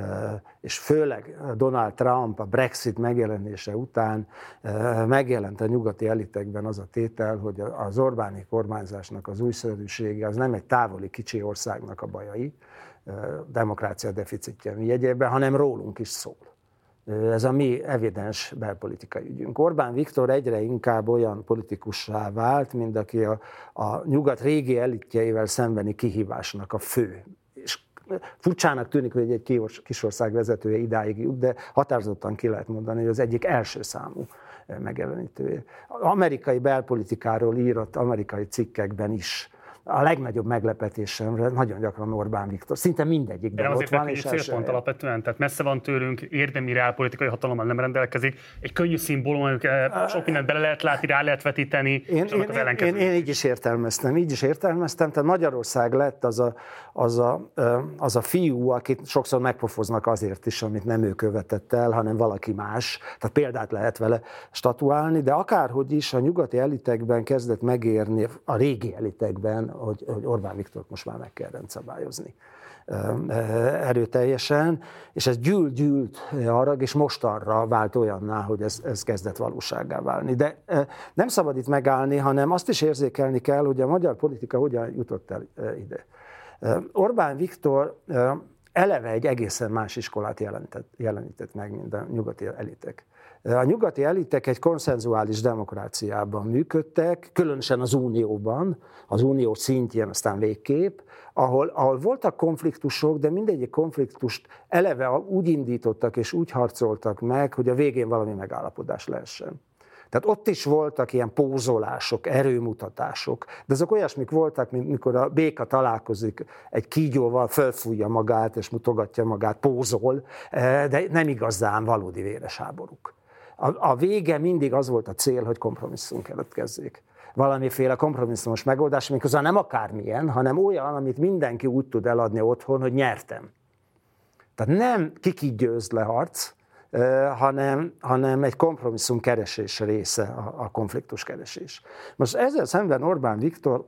és főleg Donald Trump a Brexit megjelenése után megjelent a nyugati elitekben az a tétel, hogy az Orbáni kormányzásnak az újszerűsége az nem egy távoli kicsi országnak a bajai, demokrácia deficitje mi jegyében, hanem rólunk is szól. Ez a mi evidens belpolitikai ügyünk. Orbán Viktor egyre inkább olyan politikussá vált, mint aki a, a nyugat régi elitjeivel szembeni kihívásnak a fő. És furcsának tűnik, hogy egy kisország vezetője idáig jut, de határozottan ki lehet mondani, hogy az egyik első számú megjelenítője. Amerikai belpolitikáról írott amerikai cikkekben is a legnagyobb meglepetésemre nagyon gyakran Orbán Viktor. Szinte mindegyikben ott van. És célpont alapvetően, tehát messze van tőlünk, érdemi reálpolitikai hatalommal nem rendelkezik. Egy könnyű szimbólum, sok mindent bele lehet látni, rá lehet vetíteni, én, és annak az ellenkező. Én, én így is értelmeztem, így is értelmeztem. Tehát Magyarország lett az a, az a, az a fiú, akit sokszor megpofoznak azért is, amit nem ő követett el, hanem valaki más. Tehát példát lehet vele statuálni, de akárhogy is a nyugati elitekben kezdett megérni, a régi elitekben, Hogy, hogy Orbán Viktort most már meg kell rendszabályozni erőteljesen, és ez gyűlt-gyűlt harag, és mostanra vált olyanná, hogy ez, ez kezdett valósággá válni. De nem szabad itt megállni, hanem azt is érzékelni kell, hogy a magyar politika hogyan jutott el ide. Orbán Viktor eleve egy egészen más iskolát jelentett, jelenített meg, mint a nyugati elitek. A nyugati elitek egy konszenzuális demokráciában működtek, különösen az Unióban, az Unió szintjén aztán végképp, ahol, ahol voltak konfliktusok, de mindegyik konfliktust eleve úgy indítottak és úgy harcoltak meg, hogy a végén valami megállapodás lehessen. Tehát ott is voltak ilyen pózolások, erőmutatások, de azok olyasmik voltak, mint mikor a béka találkozik egy kígyóval, fölfújja magát és mutogatja magát, pózol, de nem igazán valódi véres háborúk. A, a vége mindig az volt a cél, hogy kompromisszum keletkezzék. Valamiféle kompromisszumos megoldás, miközben nem akármilyen, hanem olyan, amit mindenki úgy tud eladni otthon, hogy nyertem. Tehát nem kiki győz le harc, hanem, hanem egy kompromisszum keresés része a, a konfliktus keresés. Most ezzel szemben Orbán Viktor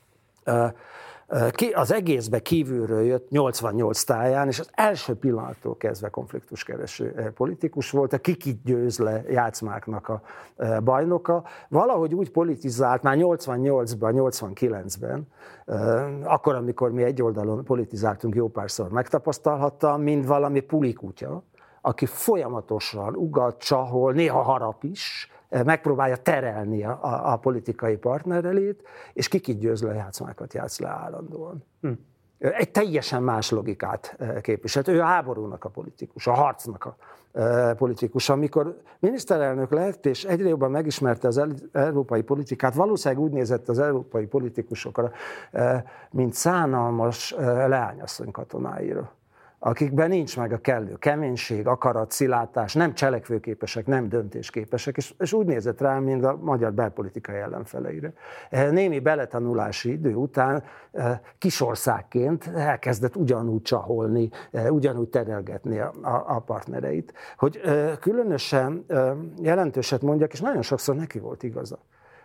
az egészbe kívülről jött nyolcvannyolc táján, és az első pillanattól kezdve konfliktuskereső politikus volt, a kikit győz le játszmáknak a bajnoka. Valahogy úgy politizált már nyolcvannyolcban, nyolcvankilencben, akkor, amikor mi egy oldalon politizáltunk, jó párszor megtapasztalhattam, mint valami pulikutya, aki folyamatosan ugat, csahol, néha harap is, megpróbálja terelni a, a, a politikai partnerelét, és kikit győz le játszmákat játsz le állandóan. Hm. Egy teljesen más logikát képviselt. Ő a háborúnak a politikus, a harcnak a politikus. Amikor miniszterelnök lett, és egyre jobban megismerte az európai politikát, valószínűleg úgy nézett az európai politikusokra, mint szánalmas leányasszony katonáira, akikben nincs meg a kellő keménység, akarat, szilátás, nem cselekvőképesek, nem döntésképesek, és, és úgy nézett rá, mint a magyar belpolitikai ellenfeleire. Némi beletanulási idő után kisországként elkezdett ugyanúgy csaholni, ugyanúgy terelgetni a, a partnereit. Hogy különösen jelentőset mondjak, és nagyon sokszor neki volt igaza.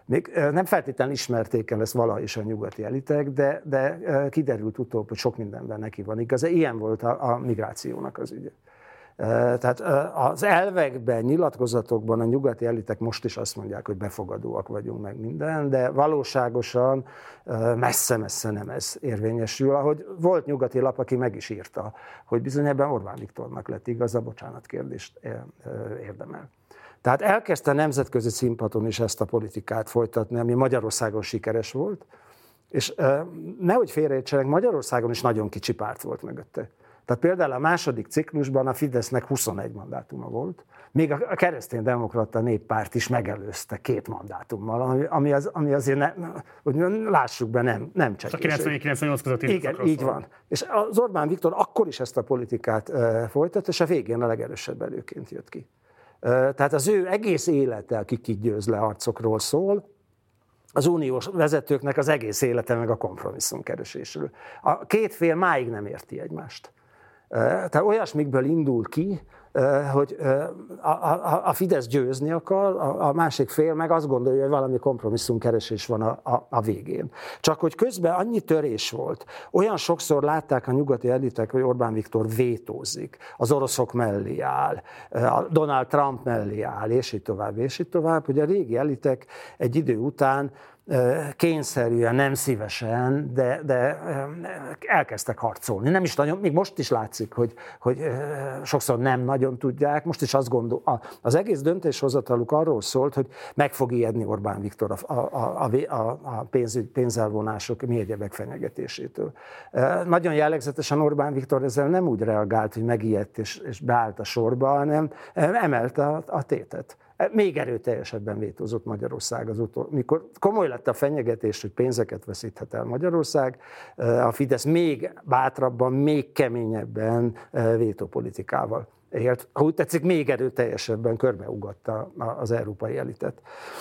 Még nem feltétlenül ismerték el ezt valaha is a nyugati elitek, de, de kiderült utóbb, hogy sok mindenben neki van igaz. Ilyen volt a, a migrációnak az ügye. Tehát az elvekben, nyilatkozatokban a nyugati elitek most is azt mondják, hogy befogadóak vagyunk meg minden, de valóságosan messze-messze nem ez érvényesül. Ahogy volt nyugati lap, aki meg is írta, hogy bizony ebben Orbán Viktornak lett igaza, bocsánatkérdést érdemel. Tehát elkezdte a nemzetközi színpadon is ezt a politikát folytatni, ami Magyarországon sikeres volt, és nehogy félreértsenek, Magyarországon is nagyon kicsi párt volt mögötte. Tehát például a második ciklusban a Fidesznek huszonegy mandátuma volt, még a kereszténydemokrata néppárt is megelőzte két mandátummal, ami, ami, az, ami azért, ne, hogy lássuk be, nem, nem csekély. A kilencvennégy kilencvennyolc közötti Igen, így szól. Van. És az Orbán Viktor akkor is ezt a politikát uh, folytatta, és a végén a legerősebb előként jött ki. Uh, tehát az ő egész élete, kikit győz le harcokról szól, az uniós vezetőknek az egész élete meg a kompromisszumkeresésről. A két fél máig nem érti egymást. Tehát olyasmikből indul ki, hogy a, a, a Fidesz győzni akar, a, a másik fél meg azt gondolja, hogy valami kompromisszumkeresés van a, a, a végén. Csak hogy közben annyi törés volt, olyan sokszor látták a nyugati elitek, hogy Orbán Viktor vétózik, az oroszok mellé áll, a Donald Trump mellé áll, és így tovább, és így tovább, hogy a régi elitek egy idő után kényszerűen, nem szívesen, de, de elkezdtek harcolni. Nem is nagyon, még most is látszik, hogy, hogy sokszor nem nagyon tudják. Most is azt gondol, az egész döntéshozataluk arról szólt, hogy meg fog ijedni Orbán Viktor a, a, a, a pénzügy, pénzelvonások mi egyebek fenyegetésétől. Nagyon jellegzetesen Orbán Viktor ezzel nem úgy reagált, hogy megijedt és, és beállt a sorba, hanem emelte a, a tétet. Még erőteljesebben vétózott Magyarország az utol. Mikor komoly lett a fenyegetés, hogy pénzeket veszíthet el Magyarország, a Fidesz még bátrabban, még keményebben vétópolitikával élt. Ha úgy tetszik, még erőteljesebben körbeugatta az európai elitet.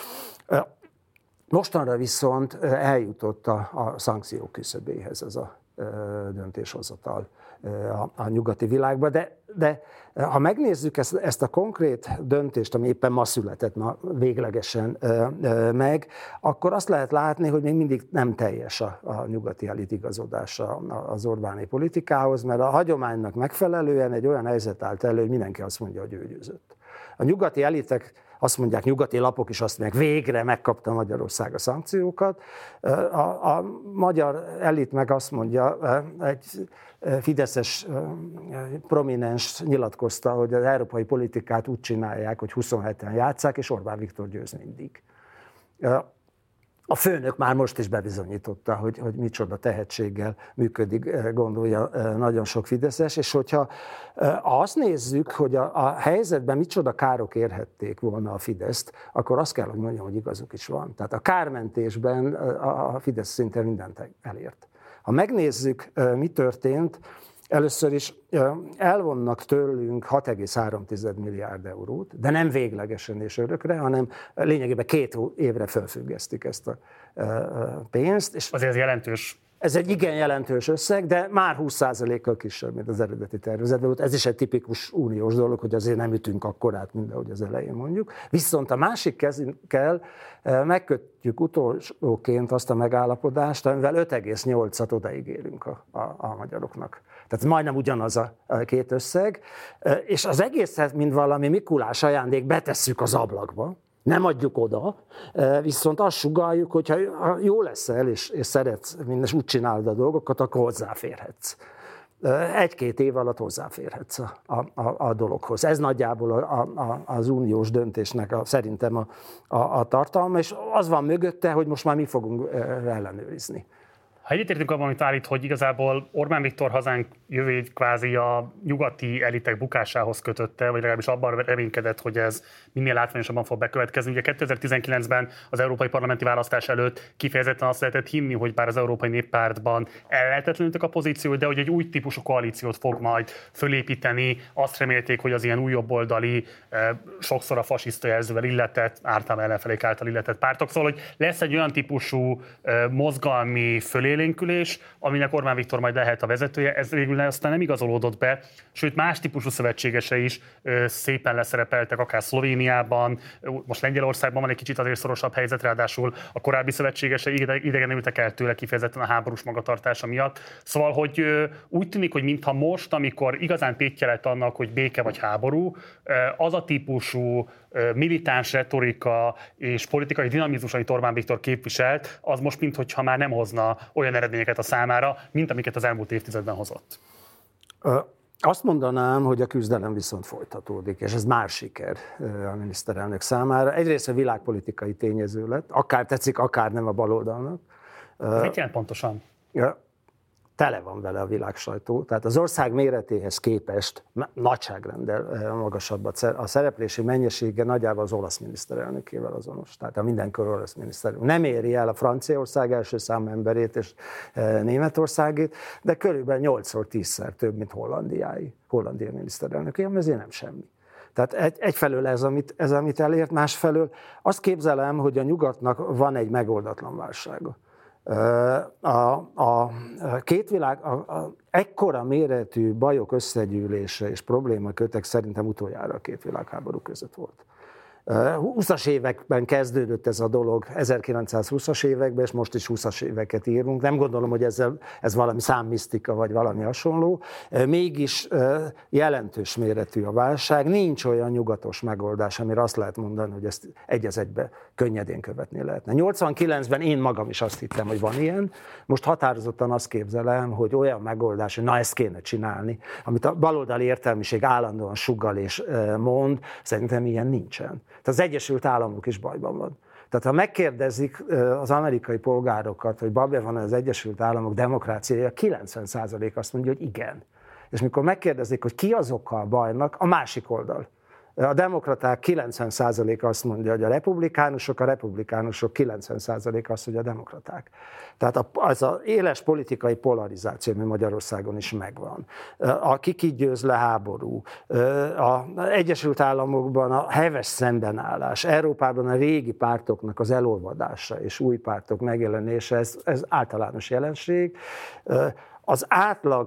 Mostanra viszont eljutott a, a szankciók küszöbéhez ez a döntéshozatal a, a nyugati világba, de, de ha megnézzük ezt, ezt a konkrét döntést, ami éppen ma született, ma véglegesen meg, akkor azt lehet látni, hogy még mindig nem teljes a, a nyugati elit igazodása az Orbáni politikához, mert a hagyománynak megfelelően egy olyan helyzet állt elő, hogy mindenki azt mondja, hogy ő győzött. A nyugati elitek azt mondják, nyugati lapok is azt mondják, végre megkapta Magyarország a szankciókat. A, a magyar elit meg azt mondja, egy fideszes prominens nyilatkozta, hogy az európai politikát úgy csinálják, hogy huszonheten játsszák, és Orbán Viktor győz mindig. A főnök már most is bebizonyította, hogy, hogy micsoda tehetséggel működik, gondolja nagyon sok fideszes, és hogyha azt nézzük, hogy a, a helyzetben micsoda károk érhették volna a Fideszt, akkor azt kell, hogy mondjam, hogy igazuk is van. Tehát a kármentésben a Fidesz szinte mindent elért. Ha megnézzük, mi történt, először is elvonnak tőlünk hat egész három milliárd eurót, de nem véglegesen és örökre, hanem lényegében két évre felfüggesztik ezt a pénzt. És azért ez jelentős. Ez egy igen jelentős összeg, de már húsz százalékkal kisebb, mint az eredeti tervezetben volt. Ez is egy tipikus uniós dolog, hogy azért nem ütünk akkorát, mint ahogy az elején mondjuk. Viszont a másik kezünkkel megkötjük utolsóként azt a megállapodást, amivel öt egész nyolcat odaígérünk a, a, a magyaroknak. Tehát majdnem ugyanaz a két összeg, és az egészet, mint valami Mikulás ajándék, betesszük az ablakba, nem adjuk oda, viszont azt sugalljuk, hogyha jó leszel, és, és szeretsz, mindes úgy csinálod a dolgokat, akkor hozzáférhetsz. Egy-két év alatt hozzáférhetsz a, a, a dologhoz. Ez nagyjából a, a, az uniós döntésnek a, szerintem a, a, a tartalma, és az van mögötte, hogy most már mi fogunk ellenőrizni. Ha egyetértünk abban, amit állít, hogy igazából Orbán Viktor hazánk jövőjét kvázi a nyugati elitek bukásához kötötte, vagy legalábbis abban reménykedett, hogy ez minél látványosabban fog bekövetkezni. Ugye kétezer-tizenkilencben az európai parlamenti választás előtt kifejezetten azt lehetett hinni, hogy bár az Európai Néppártban ellehetetlenültek a pozíciót, de hogy egy új típusú koalíciót fog majd fölépíteni. Azt remélték, hogy az ilyen új jobboldali, sokszor a fasiszta jelzővel illetett, általában ellenfelék által illetett pártok. Szóval, hogy lesz egy olyan típusú mozgalmi fölépítés, felélénkülés, aminek Orbán Viktor majd lehet a vezetője, ez végül aztán nem igazolódott be, sőt más típusú szövetségese is ö, szépen leszerepeltek, akár Szlovéniában, most Lengyelországban van egy kicsit azért szorosabb helyzet, ráadásul a korábbi szövetségese idegenültek el tőle kifejezetten a háborús magatartása miatt. Szóval, hogy ö, úgy tűnik, hogy mintha most, amikor igazán tétje lett annak, hogy béke vagy háború, ö, az a típusú ö, militáns retorika és politikai dinamizmus, amit Orbán Viktor képviselt, az most minthogyha már nem hozna olyan eredményeket a számára, mint amiket az elmúlt évtizedben hozott. Ö, azt mondanám, hogy a küzdelem viszont folytatódik, és ez már siker a miniszterelnök számára. Egyrészt a világpolitikai tényező lett, akár tetszik, akár nem a baloldalnak. Ez mit jelent pontosan? Ja, tele van vele a világsajtó, tehát az ország méretéhez képest nagyságrenddel magasabb a szereplési mennyisége nagyjából az olasz miniszterelnökével azonos, tehát a mindenkor olasz miniszterelnök. Nem éri el a Franciaország első számú emberét és Németországét, de körülbelül nyolcszor, tízszer több, mint Hollandiái, Hollandia miniszterelnöké, ami azért nem semmi. Tehát egy, egyfelől ez amit, ez, amit elért, másfelől azt képzelem, hogy a nyugatnak van egy megoldatlan válsága. A, a két világ, a, a, ekkora méretű bajok összegyűlése és problémakötek szerintem utoljára a két világháború között volt. húszas években kezdődött ez a dolog, ezerkilencszázhúszas években, és most is húszas éveket írunk. Nem gondolom, hogy ezzel, ez valami számmisztika, vagy valami hasonló. Mégis jelentős méretű a válság. Nincs olyan nyugatos megoldás, amire azt lehet mondani, hogy ezt egy az egybe könnyedén követni lehetne. nyolcvankilencben én magam is azt hittem, hogy van ilyen. Most határozottan azt képzelem, hogy olyan megoldás, hogy na ezt kéne csinálni, amit a baloldali értelmiség állandóan sugall és mond, szerintem ilyen nincsen. Tehát az Egyesült Államok is bajban van. Tehát ha megkérdezik az amerikai polgárokat, hogy bajban van az Egyesült Államok demokráciája, kilencven százalék azt mondja, hogy igen. És mikor megkérdezik, hogy ki az oka a bajnak, a másik oldal. A demokraták kilencven százalék azt mondja, hogy a republikánusok, a republikánusok kilencven százalék azt, hogy a demokraták. Tehát az az éles politikai polarizáció, ami Magyarországon is megvan. A ki győz le háború, az Egyesült Államokban a heves szembenállás, Európában a régi pártoknak az elolvadása és új pártok megjelenése, ez, ez általános jelenség. Az átlag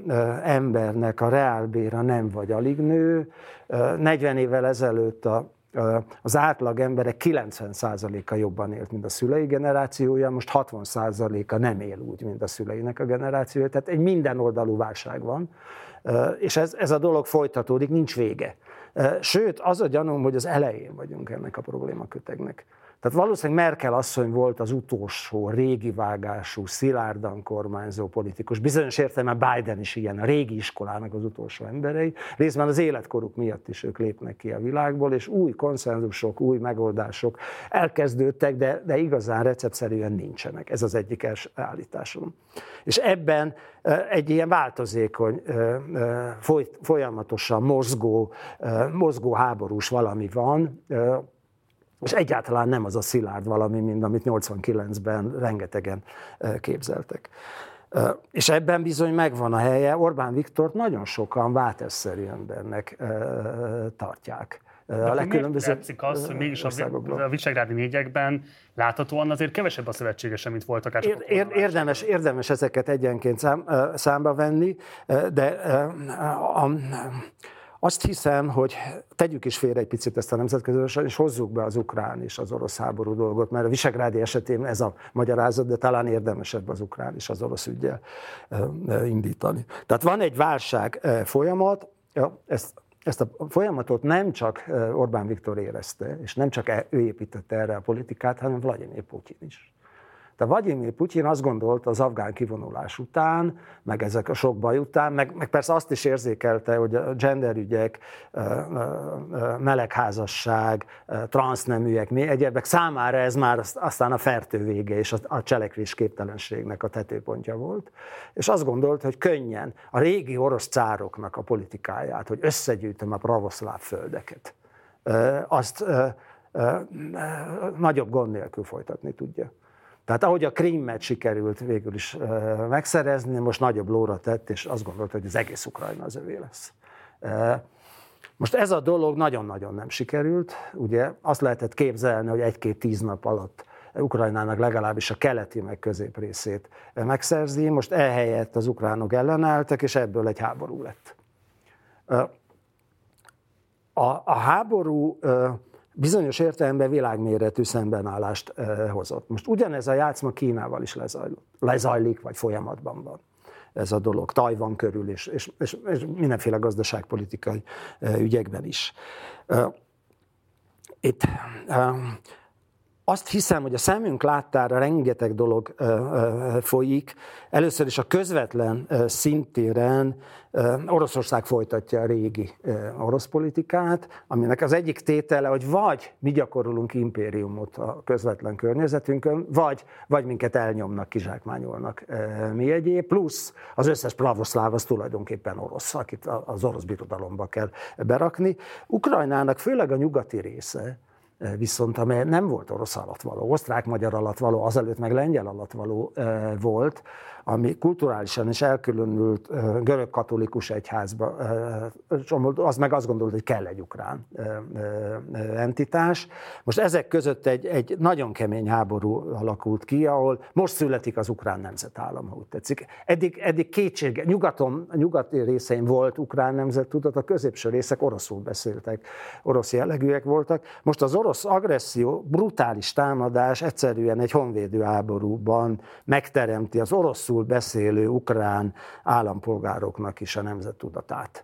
embernek a reálbéra nem vagy alig nő. negyven évvel ezelőtt a, az átlag emberek kilencven százaléka jobban élt, mint a szülei generációja, most hatvan százaléka nem él úgy, mint a szüleinek a generációja. Tehát egy mindenoldalú válság van, és ez, ez a dolog folytatódik, nincs vége. Sőt, az a gyanúm, hogy az elején vagyunk ennek a problémakötegnek. Tehát valószínűleg Merkel asszony volt az utolsó régi vágású, szilárdan kormányzó politikus. Bizonyos értelemben Biden is ilyen, a régi iskolának az utolsó emberei. Részben az életkoruk miatt is ők lépnek ki a világból, és új konszenzusok, új megoldások elkezdődtek, de, de igazán receptszerűen nincsenek. Ez az egyik első állításom. És ebben egy ilyen változékony, folyamatosan mozgó, mozgó háborús valami van, és egyáltalán nem az a szilárd valami, mint amit nyolcvankilencben rengetegen képzeltek. És ebben bizony megvan a helye. Orbán Viktort nagyon sokan váltásszerű embernek tartják. De a legkülönbözőbb látszik az, hogy mégis a, a visegrádi négyekben láthatóan azért kevesebb a szövetségese, mint volt akár csak Ér, érdemes, érdemes ezeket egyenként szám, számba venni, de a, a, azt hiszem, hogy tegyük is félre egy picit ezt a nemzetközi, és hozzuk be az ukrán és az orosz háború dolgot, mert a visegrádi esetén ez a magyarázat, de talán érdemesebb az ukrán és az orosz üggyel indítani. Tehát van egy válság folyamat, ezt, ezt a folyamatot nem csak Orbán Viktor érezte, és nem csak ő építette erre a politikát, hanem Vladimir Putyin is. De Vladimir Putyin azt gondolta az afgán kivonulás után, meg ezek a sok baj után, meg, meg persze azt is érzékelte, hogy a genderügyek, melegházasság, transzneműek, egyebek számára ez már aztán a fertő vége és a cselekvésképtelenségnek a tetőpontja volt. És azt gondolta, hogy könnyen a régi orosz cároknak a politikáját, hogy összegyűjtöm a pravoszláv földeket, azt nagyobb gond nélkül folytatni tudja. Tehát ahogy a Krímet sikerült végül is megszerezni, most nagyobb lóra tett, és azt gondolta, hogy az egész Ukrajna az övé lesz. Most ez a dolog nagyon-nagyon nem sikerült. Ugye azt lehetett képzelni, hogy egy-két tíz nap alatt Ukrajnának legalábbis a keleti meg középrészét megszerzi. Most ehelyett az ukránok ellenálltak, és ebből egy háború lett. A, a háború bizonyos értelemben világméretű szembenállást hozott. Most ugyanez a játszma Kínával is lezajlik, lezajlik vagy folyamatban van ez a dolog, Tajvan körül, és, és, és, és mindenféle gazdaságpolitikai ügyekben is. Itt azt hiszem, hogy a szemünk láttára rengeteg dolog folyik. Először is a közvetlen szintéren Oroszország folytatja a régi orosz politikát, aminek az egyik tétele, hogy vagy mi gyakorolunk impériumot a közvetlen környezetünkön, vagy, vagy minket elnyomnak, kizsákmányolnak mi egyéb, plusz az összes pravoszláv az tulajdonképpen orosz, akit az orosz birodalomba kell berakni. Ukrajnának főleg a nyugati része, viszont amely nem volt orosz alattvaló, osztrák-magyar alattvaló, azelőtt meg lengyel alattvaló volt, ami kulturálisan is elkülönült görög-katolikus egyházba, az meg azt gondolt, hogy kell egy ukrán entitás. Most ezek között egy, egy nagyon kemény háború alakult ki, ahol most születik az ukrán nemzetállam, ha úgy tetszik. Eddig, eddig kétség, nyugaton, a nyugati részein volt ukrán nemzettudat, a középső részek oroszul beszéltek, orosz jellegűek voltak. Most az orosz agresszió, brutális támadás egyszerűen egy honvédő háborúban megteremti az oroszul beszélő ukrán állampolgároknak is a nemzettudatát.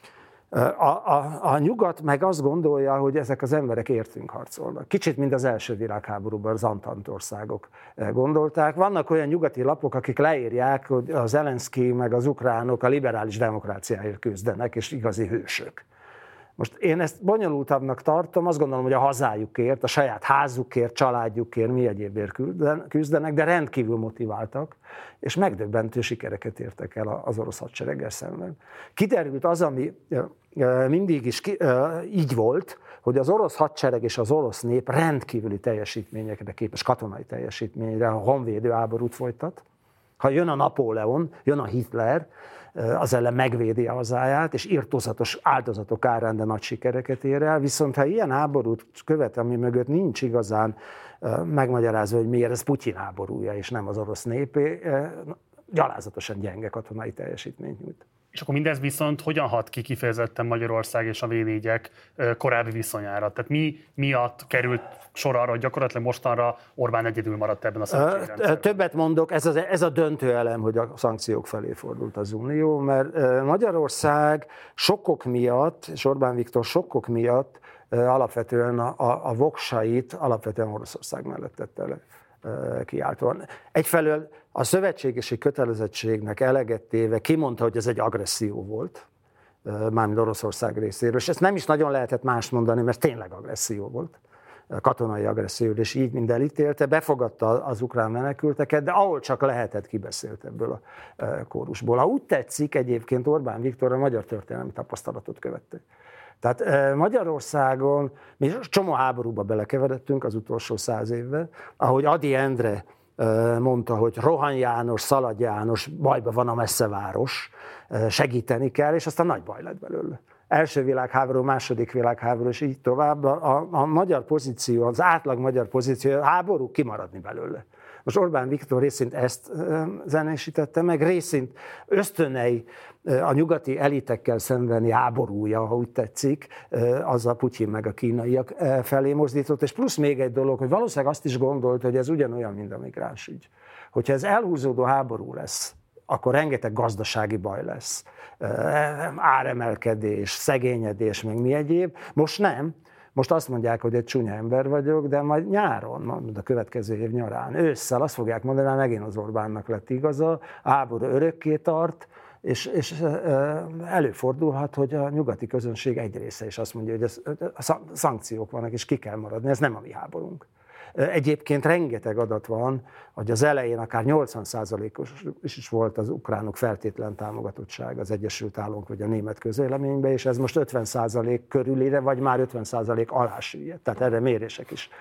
A, a, a nyugat meg azt gondolja, hogy ezek az emberek értünk harcolnak. Kicsit, mint az első világháborúban az Antantországok gondolták. Vannak olyan nyugati lapok, akik leírják, hogy a Zelenszkij meg az ukránok a liberális demokráciáért küzdenek, és igazi hősök. Most én ezt bonyolultabbnak tartom, azt gondolom, hogy a hazájukért, a saját házukért, családjukért, mi egyébért küzdenek, de rendkívül motiváltak, és megdöbbentő sikereket értek el az orosz hadsereggel szemben. Kiderült az, ami mindig is így volt, hogy az orosz hadsereg és az orosz nép rendkívüli teljesítményekre képes, katonai teljesítményre, a honvédő háborút folytat. Ha jön a Napóleon, jön a Hitler, az ellen megvédi a hazáját, és irtózatos áldozatok árán, de nagy sikereket ér el. Viszont ha ilyen háborút követ, ami mögött nincs igazán megmagyarázva, hogy miért, ez Putyin háborúja, és nem az orosz népé, gyalázatosan gyenge katonai teljesítményt nyújt. És akkor mindez viszont hogyan hat ki kifejezetten Magyarország és a vé négyek korábbi viszonyára? Tehát mi miatt került sor arra, hogy gyakorlatilag mostanra Orbán egyedül maradt ebben a szankciórendszerben? Többet mondok, ez, az, ez a döntő elem, hogy a szankciók felé fordult az Unió, mert Magyarország sokkok miatt, és Orbán Viktor sokkok miatt alapvetően a, a, a voksait alapvetően Oroszország mellett tette le kiáltóan. Egyfelől a szövetségesi kötelezettségnek eleget téve kimondta, hogy ez egy agresszió volt, mármint Oroszország részéről, és ezt nem is nagyon lehetett más mondani, mert tényleg agresszió volt, katonai agresszió, és így mind elítélte, befogadta az ukrán menekülteket, de ahol csak lehetett, kibeszélt ebből a kórusból. Ha úgy tetszik, egyébként Orbán Viktor a magyar történelmi tapasztalatot követte. Tehát Magyarországon mi csomó háborúba belekeveredtünk az utolsó száz évben, ahogy Ady Endre mondta, hogy Rohan János, Szalad János, bajban van a messzeváros, segíteni kell, és aztán nagy baj lett belőle. Első világháború, második világháború, és így tovább. A, a magyar pozíció, az átlag magyar pozíció, a háború kimaradni belőle. Most Orbán Viktor részint ezt zenésítette meg, részint ösztönei a nyugati elitekkel szembeni háborúja, ha úgy tetszik, az a Putyin meg a kínaiak felé mozdított, és plusz még egy dolog, hogy valószínűleg azt is gondolt, hogy ez ugyanolyan, mint a migránsügy. Hogyha ez elhúzódó háború lesz, akkor rengeteg gazdasági baj lesz, áremelkedés, szegényedés, meg mi egyéb. Most nem. Most azt mondják, hogy egy csúnya ember vagyok, de majd nyáron, a következő év nyarán, ősszel azt fogják mondani, hogy megint az Orbánnak lett igaza, a háború örökké tart, és, és előfordulhat, hogy a nyugati közönség egy része is azt mondja, hogy ez, szankciók vannak, és ki kell maradni, ez nem a mi háborunk. Egyébként rengeteg adat van, hogy az elején akár nyolcvan százalékos is volt az ukránok feltétlen támogatottság az Egyesült Államok vagy a német közvéleményben, és ez most ötven százalék körülire, vagy már ötven százalék alá süllyedt. Tehát erre mérések is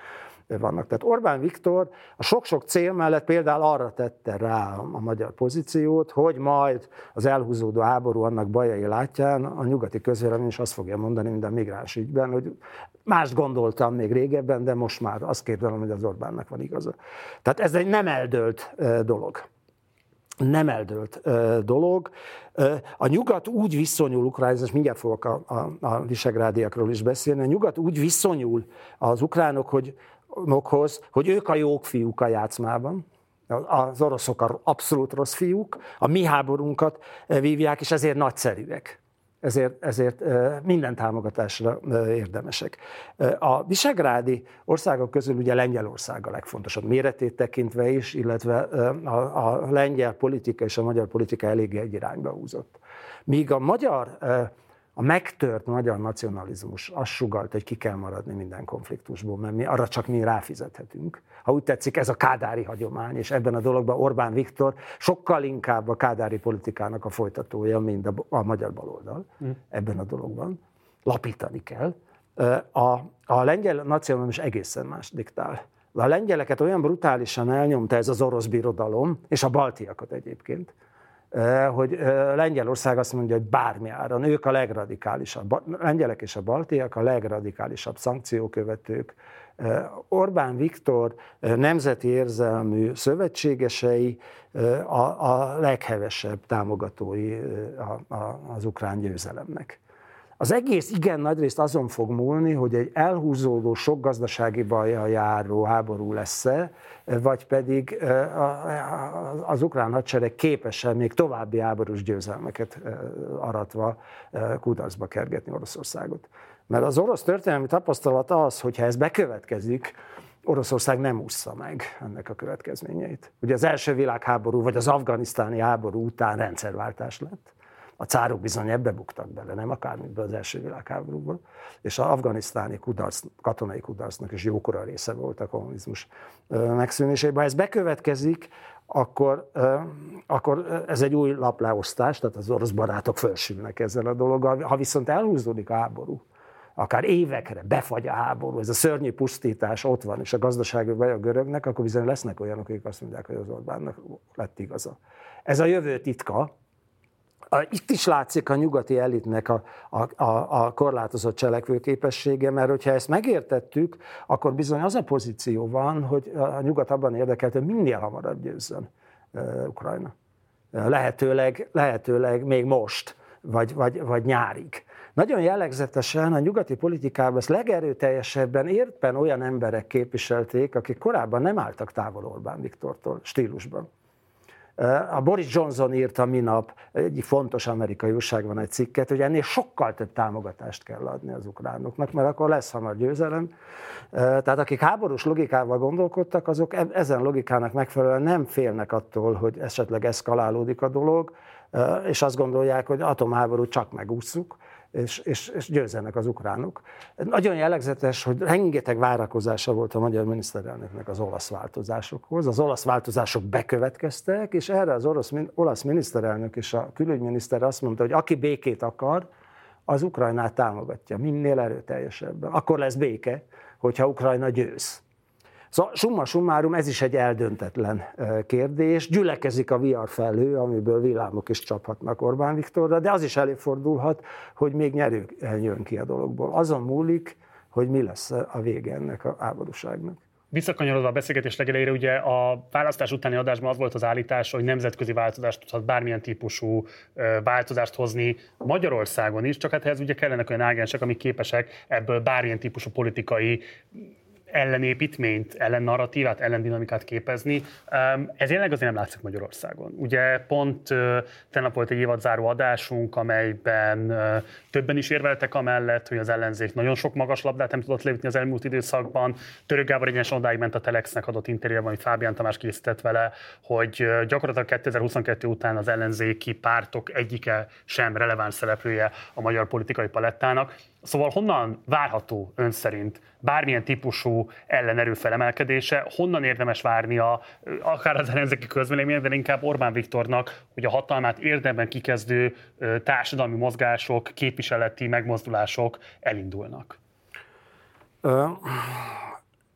vannak. Tehát Orbán Viktor a sok-sok cél mellett például arra tette rá a magyar pozíciót, hogy majd az elhúzódó háború annak bajai látján a nyugati közvélemény is azt fogja mondani, mint a migráns ügyben, hogy mást gondoltam még régebben, de most már azt képzelem, hogy az Orbánnak van igaza. Tehát ez egy nem eldőlt dolog. Nem eldőlt dolog. A nyugat úgy viszonyul Ukrajnához, és mindjárt fogok a, a, a visegrádiakról is beszélni, a nyugat úgy viszonyul az ukránok, hogy Mokhoz, hogy ők a jók fiúk a játszmában, az oroszok abszolút rossz fiúk, a mi háborunkat vívják, és ezért nagyszerűek. Ezért, ezért minden támogatásra érdemesek. A visegrádi országok közül ugye Lengyelország a legfontosabb méretét tekintve is, illetve a, a lengyel politika és a magyar politika eléggé egy irányba húzott. Míg a magyar A megtört magyar nacionalizmus azt sugalt, hogy ki kell maradni minden konfliktusból, mert mi arra csak mi ráfizethetünk. Ha úgy tetszik, ez a kádári hagyomány, és ebben a dologban Orbán Viktor sokkal inkább a kádári politikának a folytatója, mint a, a magyar baloldal mm. ebben a dologban. Lapítani kell. A, a lengyel nacionalizmus egészen más diktál. A lengyeleket olyan brutálisan elnyomta ez az orosz birodalom, és a baltiakat egyébként, hogy Lengyelország azt mondja, hogy bármi áron, ők a legradikálisabb, a lengyelek és a baltiak a legradikálisabb szankciókövetők. Orbán Viktor nemzeti érzelmű szövetségesei a, a leghevesebb támogatói a, a, az ukrán győzelemnek. Az egész igen nagyrészt azon fog múlni, hogy egy elhúzódó, sok gazdasági bajjal járó háború lesz-e, vagy pedig az ukrán hadsereg képes-e még további háborús győzelmeket aratva kudarcba kergetni Oroszországot. Mert az orosz történelmi tapasztalat az, hogyha ez bekövetkezik, Oroszország nem ússza meg ennek a következményeit. Ugye az első világháború, vagy az afganisztáni háború után rendszerváltás lett. A cárok bizony ebbe buktak bele, nem akármiből az első világháborúból, és az afganisztáni kudarc, katonai kudarcnak is jókora része volt a kommunizmus megszűnésében. Ha ez bekövetkezik, akkor, akkor ez egy új lapleosztás, tehát az orosz barátok fölsülnek ezzel a dologgal. Ha viszont elhúzódik a háború, akár évekre befagy a háború, ez a szörnyű pusztítás ott van, és a gazdasági baj a görögnek, akkor bizony lesznek olyanok, akik azt mondják, hogy az Orbánnak lett igaza. Ez a jövő titka. Itt is látszik a nyugati elitnek a, a, a, a korlátozott cselekvőképessége, mert hogyha ezt megértettük, akkor bizony az a pozíció van, hogy a nyugat abban érdekelt, hogy minél hamarabb győzzön uh, Ukrajna. Lehetőleg, lehetőleg még most, vagy, vagy, vagy nyárig. Nagyon jellegzetesen a nyugati politikában ezt legerőteljesebben éppen olyan emberek képviselték, akik korábban nem álltak távol Orbán Viktortól stílusban. A Boris Johnson írta minap, egy fontos amerikai újságban egy cikket, hogy ennél sokkal több támogatást kell adni az ukránoknak, mert akkor lesz hamar győzelem. Tehát akik háborús logikával gondolkodtak, azok ezen logikának megfelelően nem félnek attól, hogy esetleg eszkalálódik a dolog, és azt gondolják, hogy atomháborút csak megússzuk, és, és, és győzzenek az ukránok. Nagyon jellegzetes, hogy rengeteg várakozása volt a magyar miniszterelnöknek az olasz változásokhoz. Az olasz változások bekövetkeztek, és erre az orosz, olasz miniszterelnök és a külügyminiszter azt mondta, hogy aki békét akar, az Ukrajnát támogatja, minél erőteljesebben. Akkor lesz béke, hogyha Ukrajna győz. Szóval summa summarum, ez is egy eldöntetlen kérdés. Gyülekezik a vihar felhő, amiből villámok is csaphatnak Orbán Viktorra, de az is előfordulhat, hogy még nyerő jön ki a dologból. Azon múlik, hogy mi lesz a vége ennek a háborúságnak. Visszakanyarodva a beszélgetés legelejére, ugye a választás utáni adásban az volt az állítás, hogy nemzetközi változást tudhat bármilyen típusú változást hozni Magyarországon is, csak hát ehhez ugye kellenek olyan ágensek, amik képesek ebből bármilyen típusú politikai ellenépítményt, ellennarratívát, ellendinamikát képezni. Ez jelenleg azért nem látszik Magyarországon. Ugye pont tegnap volt egy évadzáró adásunk, amelyben többen is érveltek amellett, hogy az ellenzék nagyon sok magas labdát nem tudott lépni az elmúlt időszakban. Török Gábor egyenesen odáig ment a Telexnek adott interjúban, amit Fábián Tamás készített vele, hogy gyakorlatilag kétezer-huszonkettő után az ellenzéki pártok egyike sem releváns szereplője a magyar politikai palettának. Szóval honnan várható ön szerint bármilyen típusú ellenerő felemelkedése, honnan érdemes várnia akár az ellenzéki közvélemény, de inkább Orbán Viktornak, hogy a hatalmát érdemben kikezdő társadalmi mozgások, képviseleti megmozdulások elindulnak?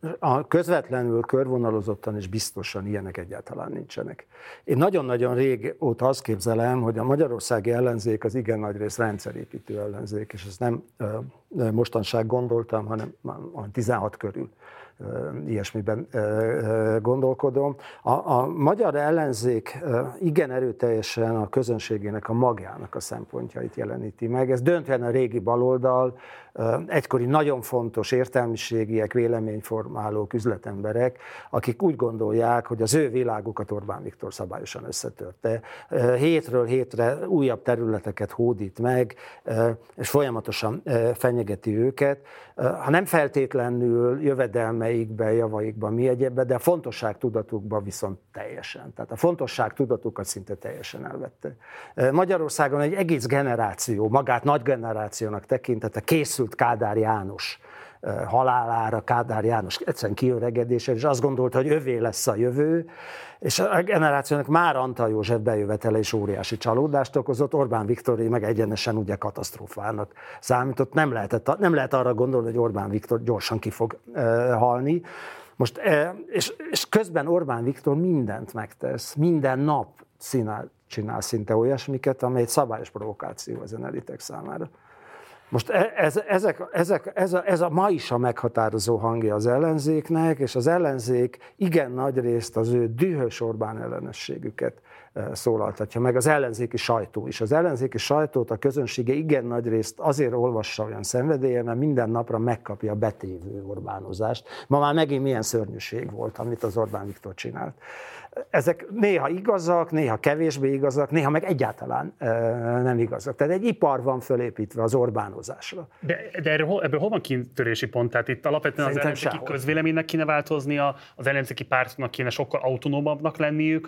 a közvetlenül, körvonalozottan és biztosan ilyenek egyáltalán nincsenek. Én nagyon-nagyon régóta azt képzelem, hogy a magyarországi ellenzék az igen nagy rész rendszerépítő ellenzék, és ezt nem mostanság gondoltam, hanem tizenhat körül ilyesmiben gondolkodom. A, a magyar ellenzék igen erőteljesen a közönségének, a magjának a szempontjait jeleníti meg. Ez döntően a régi baloldal, egykori nagyon fontos értelmiségiek, véleményformálók, üzletemberek, akik úgy gondolják, hogy az ő világukat Orbán Viktor szabályosan összetörte. Hétről hétre újabb területeket hódít meg, és folyamatosan fenyegeti őket. Ha nem feltétlenül jövedelmeikben, javaikban, mi egyébben, de a fontosságtudatukban viszont teljesen. Tehát a fontosságtudatukat szinte teljesen elvette. Magyarországon egy egész generáció, magát nagy generációnak tekintette, készült Kádár János halálára, Kádár János egyszerűen kiöregedése, és azt gondolta, hogy övé lesz a jövő, és a generációnak már Antal József bejövetele is óriási csalódást okozott, Orbán Viktor meg egyenesen ugye katasztrófának számított, nem, lehetett, nem lehet arra gondolni, hogy Orbán Viktor gyorsan ki fog uh, halni. Most, uh, és, és közben Orbán Viktor mindent megtesz, minden nap csinál, csinál szinte olyasmiket, amely egy szabályos provokáció ezen elitek számára. Most ez, ezek, ezek, ez, a, ez a ma is a meghatározó hangja az ellenzéknek, és az ellenzék igen nagy részt az ő dühös Orbán ellenességüket szólaltatja meg, az ellenzéki sajtó is. Az ellenzéki sajtót a közönsége igen nagy részt azért olvassa olyan szenvedélyen, mert minden napra megkapja a betévő Orbánozást. Ma már megint milyen szörnyűség volt, amit az Orbán Viktor csinált. Ezek néha igazak, néha kevésbé igazak, néha meg egyáltalán e, nem igazak. Tehát egy ipar van fölépítve az Orbánozásra. De, de erről, ebből hol van kitörési pont? Tehát itt alapvetően Szerintem az ellenzéki sehol. Közvéleménynek kéne változnia, az ellenzéki pártnak kéne sokkal autonómabbnak lenniük,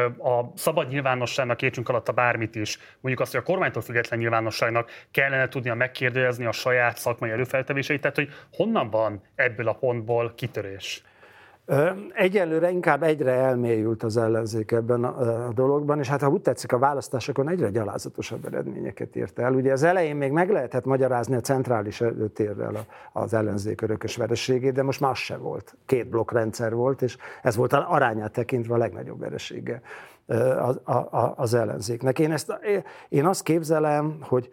a szabad nyilvánosságnak értsünk alatta bármit is, mondjuk azt, hogy a kormánytól független nyilvánosságnak kellene tudnia megkérdőjelezni a saját szakmai előfeltevéseit, tehát hogy honnan van ebből a pontból kitörés? Egyelőre inkább egyre elmélyült az ellenzék ebben a dologban, és hát ha úgy tetszik, a választásokon egyre gyalázatosabb eredményeket ért el. Ugye az elején még meg lehetett magyarázni a centrális előtérrel az ellenzék örökös vereségét, de most más se volt. Két blokkrendszer volt, és ez volt arányát tekintve a legnagyobb veresége az, az ellenzéknek. Én, ezt, én azt képzelem, hogy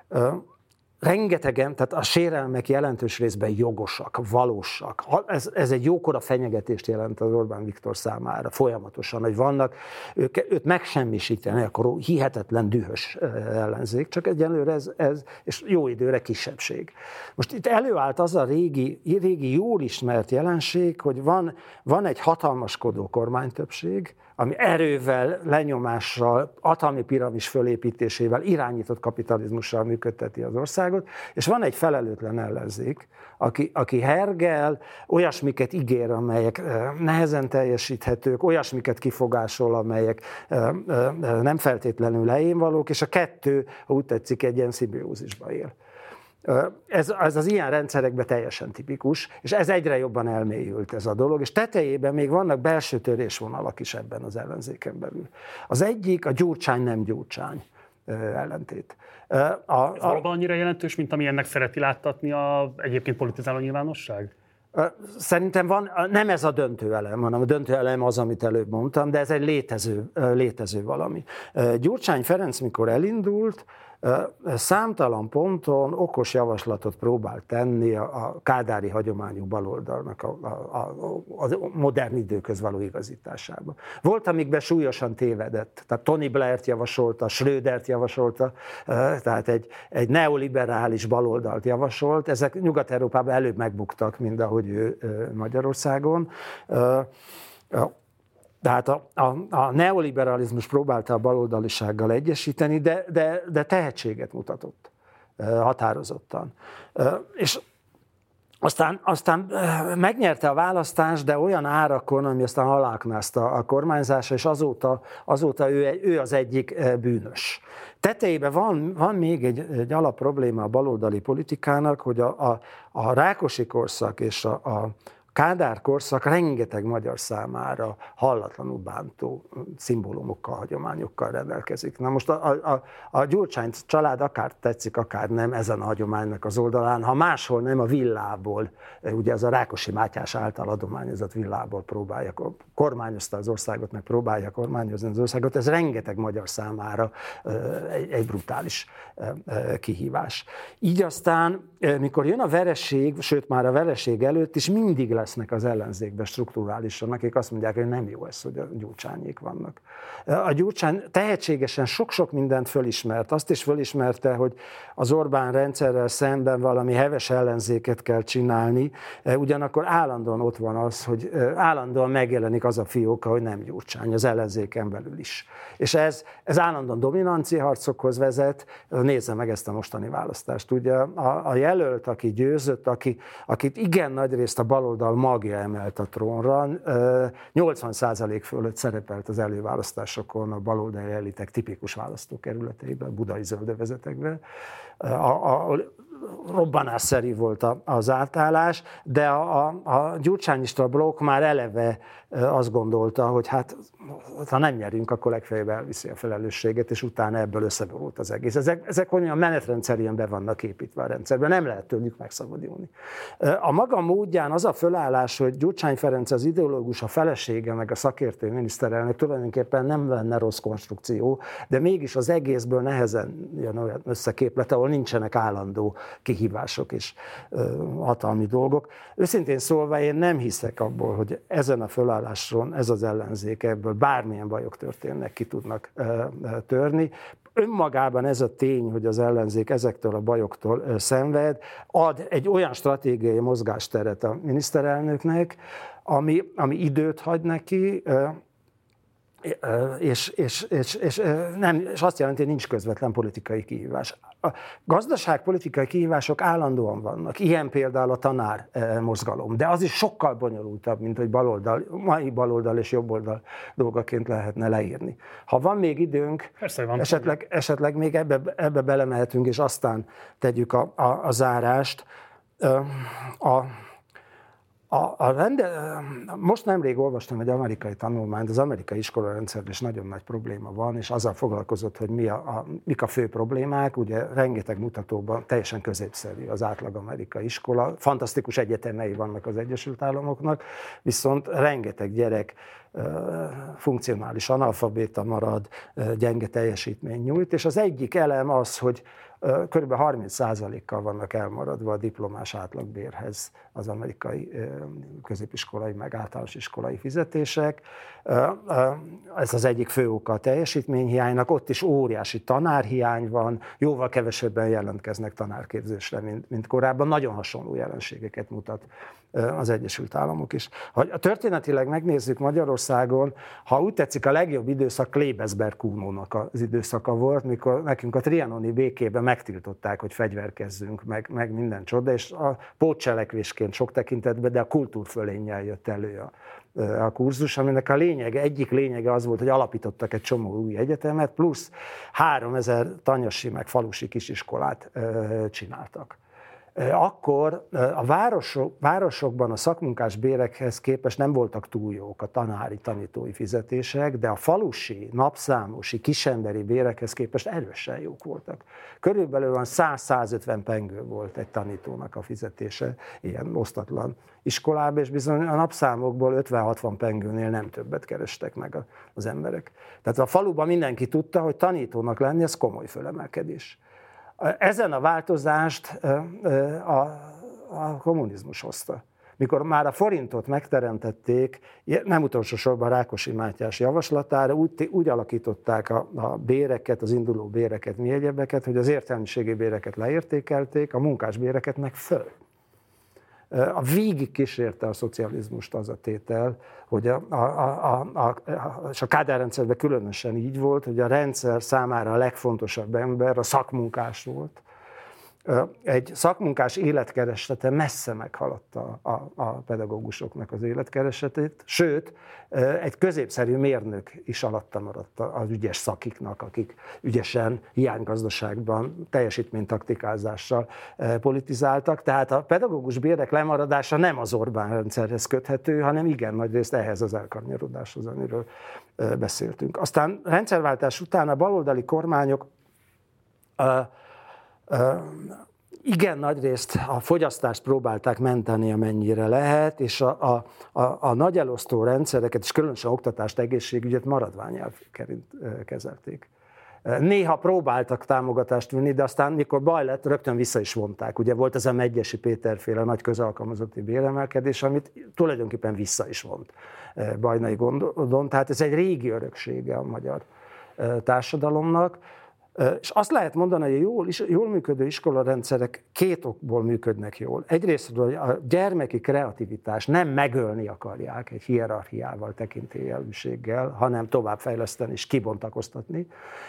rengetegen, tehát a sérelmek jelentős részben jogosak, valósak. Ez, ez egy jókora fenyegetést jelent az Orbán Viktor számára folyamatosan, hogy vannak, ők, őt megsemmisíteni akaró hihetetlen dühös ellenzék, csak egyenlőre ez, ez, és jó időre kisebbség. Most itt előállt az a régi, régi jól ismert jelenség, hogy van, van egy hatalmaskodó kormánytöbbség, ami erővel, lenyomással, hatalmi piramis fölépítésével, irányított kapitalizmussal működteti az országot, és van egy felelőtlen ellenzék, aki, aki hergel, olyasmiket ígér, amelyek nehezen teljesíthetők, olyasmiket kifogásol, amelyek nem feltétlenül helyénvalók, és a kettő, ha úgy tetszik, egy ilyen szimbiózisba él. Ez, ez az ilyen rendszerekben teljesen tipikus, és ez egyre jobban elmélyült ez a dolog, és tetejében még vannak belső törésvonalak is ebben az ellenzéken belül. Az egyik a Gyurcsány nem Gyurcsány ellentét. A, a, ez valóban annyira jelentős, mint ami ennek szereti láttatni a egyébként politizáló nyilvánosság? Szerintem van, nem ez a döntő elem, hanem a döntő elem az, amit előbb mondtam, de ez egy létező, létező valami. Gyurcsány Ferenc, mikor elindult, számtalan ponton okos javaslatot próbált tenni a kádári hagyományú baloldalnak a, a, a, a modern időköz való igazításába. Volt, amikben súlyosan tévedett. Tehát Tony Blair-t javasolta, Schrödert javasolta, tehát egy, egy neoliberális baloldalt javasolt. Ezek Nyugat-Európában előbb megbuktak, mint ahogy ő Magyarországon. Tehát a, a, a neoliberalizmus próbálta a baloldalisággal egyesíteni, de, de, de tehetséget mutatott határozottan. És aztán, aztán megnyerte a választást, de olyan árakon, ami aztán aláknázta a kormányzása, és azóta, azóta ő, ő az egyik bűnös. Tetejében van, van még egy, egy alapprobléma a baloldali politikának, hogy a, a, a Rákosi korszak és a, a Kádár korszak rengeteg magyar számára hallatlanul bántó szimbólumokkal, hagyományokkal rendelkezik. Na most a, a, a Gyurcsány család akár tetszik, akár nem ezen a hagyománynak az oldalán, ha máshol nem a villából, ugye az a Rákosi Mátyás által adományozott villából próbálja, kormányozta az országot, meg próbálja kormányozni az országot, ez rengeteg magyar számára egy, egy brutális kihívás. Így aztán, mikor jön a vereség, sőt már a vereség előtt is mindig lesznek az ellenzékben strukturálisan, akik azt mondják, hogy nem jó ez, hogy a Gyurcsányék vannak. A Gyurcsány tehetségesen sok-sok mindent fölismert. Azt is fölismerte, hogy az Orbán rendszerrel szemben valami heves ellenzéket kell csinálni, ugyanakkor állandóan ott van az, hogy állandóan megjelenik az a fióka, hogy nem Gyurcsány, az ellenzéken belül is. És ez, ez állandóan dominanciaharcokhoz vezet. Nézze meg ezt a mostani választást. Ugye a, a jelölt, aki győzött, aki, akit igen nagy részt a baloldal magja emelt a trónra, nyolcvan százalék fölött szerepelt az előválasztásokon a baloldali elitek tipikus választókerületeiben, budai zöldövezetekben. A, a, robbanásszerű volt az átállás, de a, a, a gyurcsányista blokk már eleve azt gondolta, hogy hát ha nem nyerünk, akkor legfeljebb elviszi a felelősséget, és utána ebből összeborult az egész. Ezek, ezek olyan menetrendszerűen be vannak építve a rendszerben, nem lehet tőlük megszabadulni. A maga módján az a fölállás, hogy Gyurcsány Ferenc az ideológus, a felesége, meg a szakértő miniszterelnök tulajdonképpen nem lenne rossz konstrukció, de mégis az egészből nehezen jön olyan összeképlet, ahol nincsenek állandó kihívások és hatalmi dolgok. Őszintén szólva én nem hiszek abból, hogy ezen a fölálláson ez az ellenzék ebből bármilyen bajok történnek, ki tudnak törni. Önmagában ez a tény, hogy az ellenzék ezektől a bajoktól szenved, ad egy olyan stratégiai mozgásteret a miniszterelnöknek, ami, ami időt hagy neki, És, és, és, és, nem, és azt jelenti, hogy nincs közvetlen politikai kihívás. A gazdaságpolitikai kihívások állandóan vannak, ilyen például a tanár mozgalom, de az is sokkal bonyolultabb, mint hogy baloldal, mai baloldal és jobboldal dolgaként lehetne leírni. Ha van még időnk, Persze, van esetleg, esetleg még ebbe, ebbe belemehetünk, és aztán tegyük a, a, a zárást. A, A, a rende, most nemrég olvastam egy amerikai tanulmányt, az amerikai iskolarendszerben is nagyon nagy probléma van, és azzal foglalkozott, hogy mi a, a, mik a fő problémák. Ugye rengeteg mutatóban teljesen középszerű az átlag amerikai iskola, fantasztikus egyetemei vannak az Egyesült Államoknak, viszont rengeteg gyerek funkcionális analfabéta marad, gyenge teljesítmény nyújt, és az egyik elem az, hogy kb. harminc százalékkal vannak elmaradva a diplomás átlagbérhez az amerikai középiskolai meg általános iskolai fizetések. Ez az egyik fő oka a teljesítményhiánynak, ott is óriási tanárhiány van, jóval kevesebben jelentkeznek tanárképzésre, mint, mint korábban, nagyon hasonló jelenségeket mutat az Egyesült Államok is. Ha történetileg megnézzük Magyarországon, ha úgy tetszik, a legjobb időszak Klebersberg-Kuhnónak az időszaka volt, mikor nekünk a trianoni békében megtiltották, hogy fegyverkezzünk, meg, meg minden csoda, és a pótcselekvésként sok tekintetben, de a kultúrfölénnyel jött elő a, a kurzus, aminek a lényege, egyik lényege az volt, hogy alapítottak egy csomó új egyetemet, plusz háromezer tanyasi meg falusi kisiskolát csináltak. Akkor a városok, városokban a szakmunkás bérekhez képest nem voltak túl jók a tanári, tanítói fizetések, de a falusi, napszámosi, kisemberi bérekhez képest erősen jók voltak. Körülbelül van száz-százötven pengő volt egy tanítónak a fizetése, ilyen osztatlan iskolában, és bizony a napszámokból ötven-hatvan pengőnél nem többet kerestek meg az emberek. Tehát a faluban mindenki tudta, hogy tanítónak lenni, ez komoly fölemelkedés. Ezen a változást a, a kommunizmus hozta. Mikor már a forintot megteremtették, nem utolsó sorban Rákosi Mátyás javaslatára, úgy, úgy alakították a, a béreket, az induló béreket, mi egyebeket, hogy az értelmiségi béreket leértékelték, a munkás béreket meg föl. A végig kísérte a szocializmust az a tétel, hogy a, a, a, a, és a Kádár rendszerben különösen így volt, hogy a rendszer számára a legfontosabb ember a szakmunkás volt, egy szakmunkás életkeresete messze meghaladta a, a pedagógusoknak az életkeresetét, sőt, egy középszerű mérnök is alatta maradt az ügyes szakiknak, akik ügyesen hiánygazdaságban, teljesítménytaktikázással politizáltak. Tehát a pedagógus bérek lemaradása nem az Orbán rendszerhez köthető, hanem igen nagyrészt ehhez az elkanyarodáshoz, amiről beszéltünk. Aztán rendszerváltás után a baloldali kormányok Uh, igen nagyrészt a fogyasztást próbálták menteni, amennyire lehet, és a, a, a, a nagy elosztó rendszereket, és különösen oktatást, egészségügyet maradványelvként kezelték. Néha próbáltak támogatást vinni, de aztán, mikor baj lett, rögtön vissza is vonták. Ugye volt ez a Medgyessy Péterféle nagy közalkalmazotti béremelkedés, amit tulajdonképpen vissza is vont Bajnai Gondon. Tehát ez egy régi öröksége a magyar társadalomnak. És azt lehet mondani, hogy a jól, jól működő iskolarendszerek két okból működnek jól. Egyrészt, hogy a gyermeki kreativitás nem megölni akarják egy hierarchiával, tekintélyelvűséggel, hanem továbbfejleszteni és kibontakoztatni.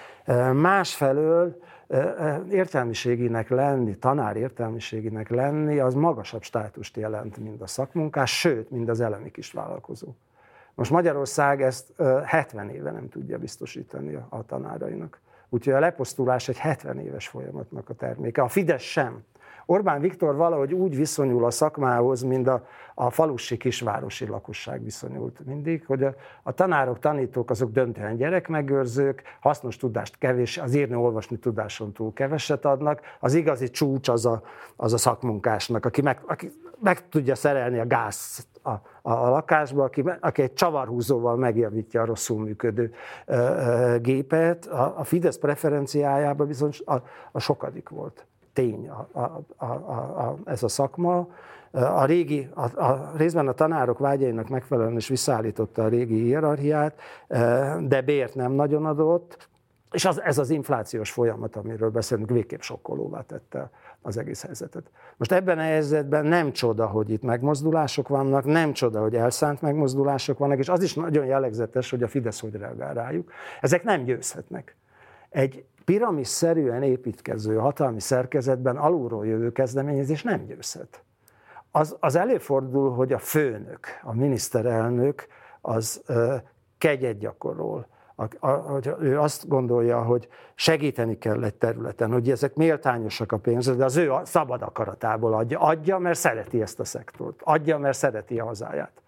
Másfelől értelmiséginek lenni, tanár értelmiséginek lenni, az magasabb státust jelent, mint a szakmunkás, sőt, mint az elemi kisvállalkozó. Most Magyarország ezt hetven éve nem tudja biztosítani a tanárainak. Úgyhogy a leposztulás egy hetven éves folyamatnak a terméke. A Fidesz sem. Orbán Viktor valahogy úgy viszonyul a szakmához, mint a, a falusi kisvárosi lakosság viszonyult mindig, hogy a, a tanárok, tanítók azok döntően gyerekmegőrzők, hasznos tudást kevés, az írni-olvasni tudáson túl keveset adnak, az igazi csúcs az a, az a szakmunkásnak, aki meg, aki meg tudja szerelni a gázt a, a, a lakásba, aki, aki egy csavarhúzóval megjavítja a rosszul működő ö, ö, gépet. A, a Fidesz preferenciájában bizony a, a sokadik volt. Tény a, a, a, a, ez a szakma. A régi, a, a részben a tanárok vágyainak megfelelően is visszaállította a régi hierarchiát, de bért nem nagyon adott, és az, ez az inflációs folyamat, amiről beszélünk, végképp sokkolóvá tette az egész helyzetet. Most ebben a helyzetben nem csoda, hogy itt megmozdulások vannak, nem csoda, hogy elszánt megmozdulások vannak, és az is nagyon jellegzetes, hogy a Fidesz hogy reagál rájuk. Ezek nem győzhetnek. Egy piramisszerűen építkező hatalmi szerkezetben alulról jövő kezdeményezés nem győzhet. Az, az előfordul, hogy a főnök, a miniszterelnök az ö, kegyet gyakorol. A, a, hogy ő azt gondolja, hogy segíteni kell egy területen, hogy ezek méltányosak a pénzek, de az ő szabad akaratából adja. Adja, mert szereti ezt a szektort. Adja, mert szereti a hazáját.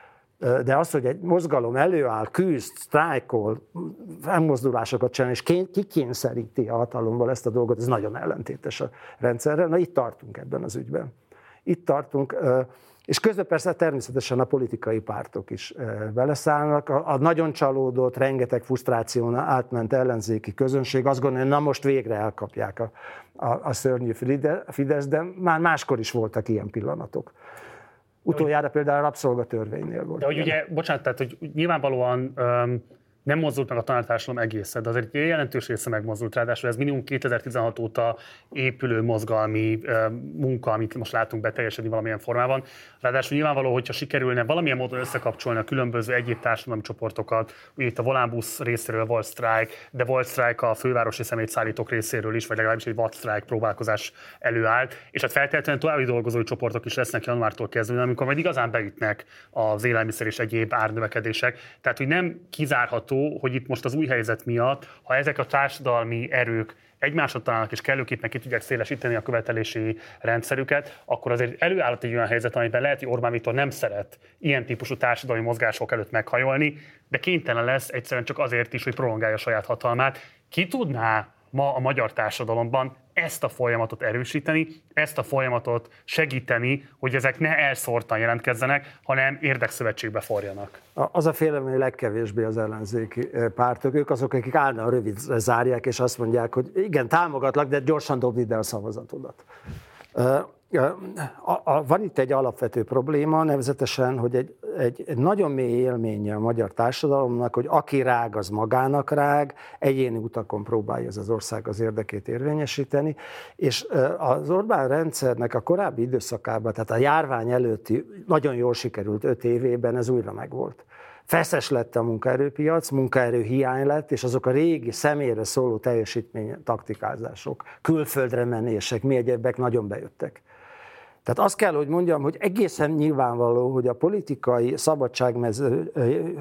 De az, hogy egy mozgalom előáll, küzd, sztrájkol, elmozdulásokat csinál, és kikényszeríti a hatalomból ezt a dolgot, ez nagyon ellentétes a rendszerrel. Na itt tartunk ebben az ügyben. Itt tartunk, és közben persze természetesen a politikai pártok is beleszállnak. A nagyon csalódott, rengeteg frusztráción átment ellenzéki közönség azt gondolja, hogy na most végre elkapják a, a, a szörnyű Fidesz, de már máskor is voltak ilyen pillanatok. Utoljára például a rabszolgatörvénynél volt. De hogy ugye, bocsánat, tehát hogy nyilvánvalóan um, nem mozdult meg a tanártársadalom egészen, de azért egy jelentős része megmozdult, ráadásul ez minimum kétezer-tizenhat óta épülő mozgalmi uh, munka, amit most látunk beteljesedni valamilyen formában. Ráadásul nyilvánvaló, hogyha sikerülne valamilyen módon összekapcsolni a különböző egyéb társadalmi csoportokat, ugye itt a Volánbusz részéről volt sztrájk, de volt sztrájk a fővárosi személyszállítók részéről is, vagy legalábbis egy vadsztrájk próbálkozás előállt, és hát feltétlenül további dolgozói csoportok is lesznek januártól kezdve, amikor majd igazán beütnek az élelmiszer és egyéb árnövekedések. Tehát, hogy nem kizárható, hogy itt most az új helyzet miatt, ha ezek a társadalmi erők egymásra találnak és kellőképpen ki tudják szélesíteni a követelési rendszerüket, akkor azért előállhat egy olyan helyzet, amiben lehet, hogy Orbán Viktor nem szeret ilyen típusú társadalmi mozgások előtt meghajolni, de kénytelen lesz egyszerűen csak azért is, hogy prolongálja saját hatalmát. Ki tudná ma a magyar társadalomban ezt a folyamatot erősíteni, ezt a folyamatot segíteni, hogy ezek ne elszórtan jelentkezzenek, hanem érdekszövetségbe forjanak? Az a félelem, hogy legkevésbé az ellenzéki pártok, ők azok, akik állna rövidre zárják, és azt mondják, hogy igen, támogatlak, de gyorsan dobd ide a szavazatodat. A, a, van itt egy alapvető probléma, nevezetesen, hogy egy, egy, egy nagyon mély élménye a magyar társadalomnak, hogy aki rág, az magának rág, egyéni utakon próbálja ez az ország az érdekét érvényesíteni, és az Orbán rendszernek a korábbi időszakában, tehát a járvány előtti nagyon jól sikerült öt évében ez újra megvolt. Feszes lett a munkaerőpiac, munkaerő hiány lett, és azok a régi személyre szóló teljesítmény taktikázások, külföldre menések, mi egyebek nagyon bejöttek. Tehát azt kell, hogy mondjam, hogy egészen nyilvánvaló, hogy a politikai szabadságmező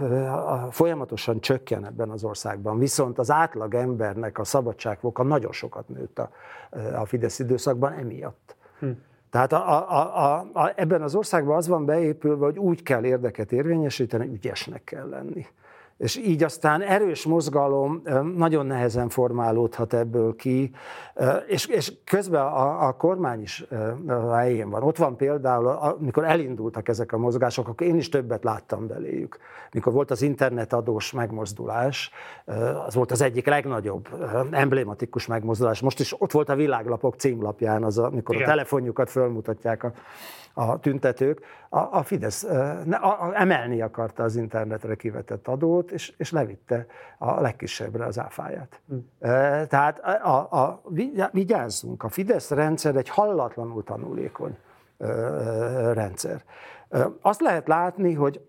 folyamatosan csökken ebben az országban, viszont az átlag embernek a szabadságfoka nagyon sokat nőtt a, a Fidesz időszakban emiatt. Hm. Tehát a, a, a, a, ebben az országban az van beépülve, hogy úgy kell érdeket érvényesíteni, hogy ügyesnek kell lenni. És így aztán erős mozgalom nagyon nehezen formálódhat ebből ki, és, és közben a, a kormány is a helyén van. Ott van például, amikor elindultak ezek a mozgások, akkor én is többet láttam beléjük. Mikor volt az internetadós megmozdulás, az volt az egyik legnagyobb, emblématikus megmozdulás. Most is ott volt a Világlapok címlapján, az, amikor igen, a telefonjukat fölmutatják a a tüntetők, a, a Fidesz a, a, emelni akarta az internetre kivetett adót, és, és levitte a legkisebbre az áfáját. Hm. E, tehát a, a, vigyázzunk, a Fidesz rendszer egy hallatlanul tanulékony e, rendszer. E, azt lehet látni, hogy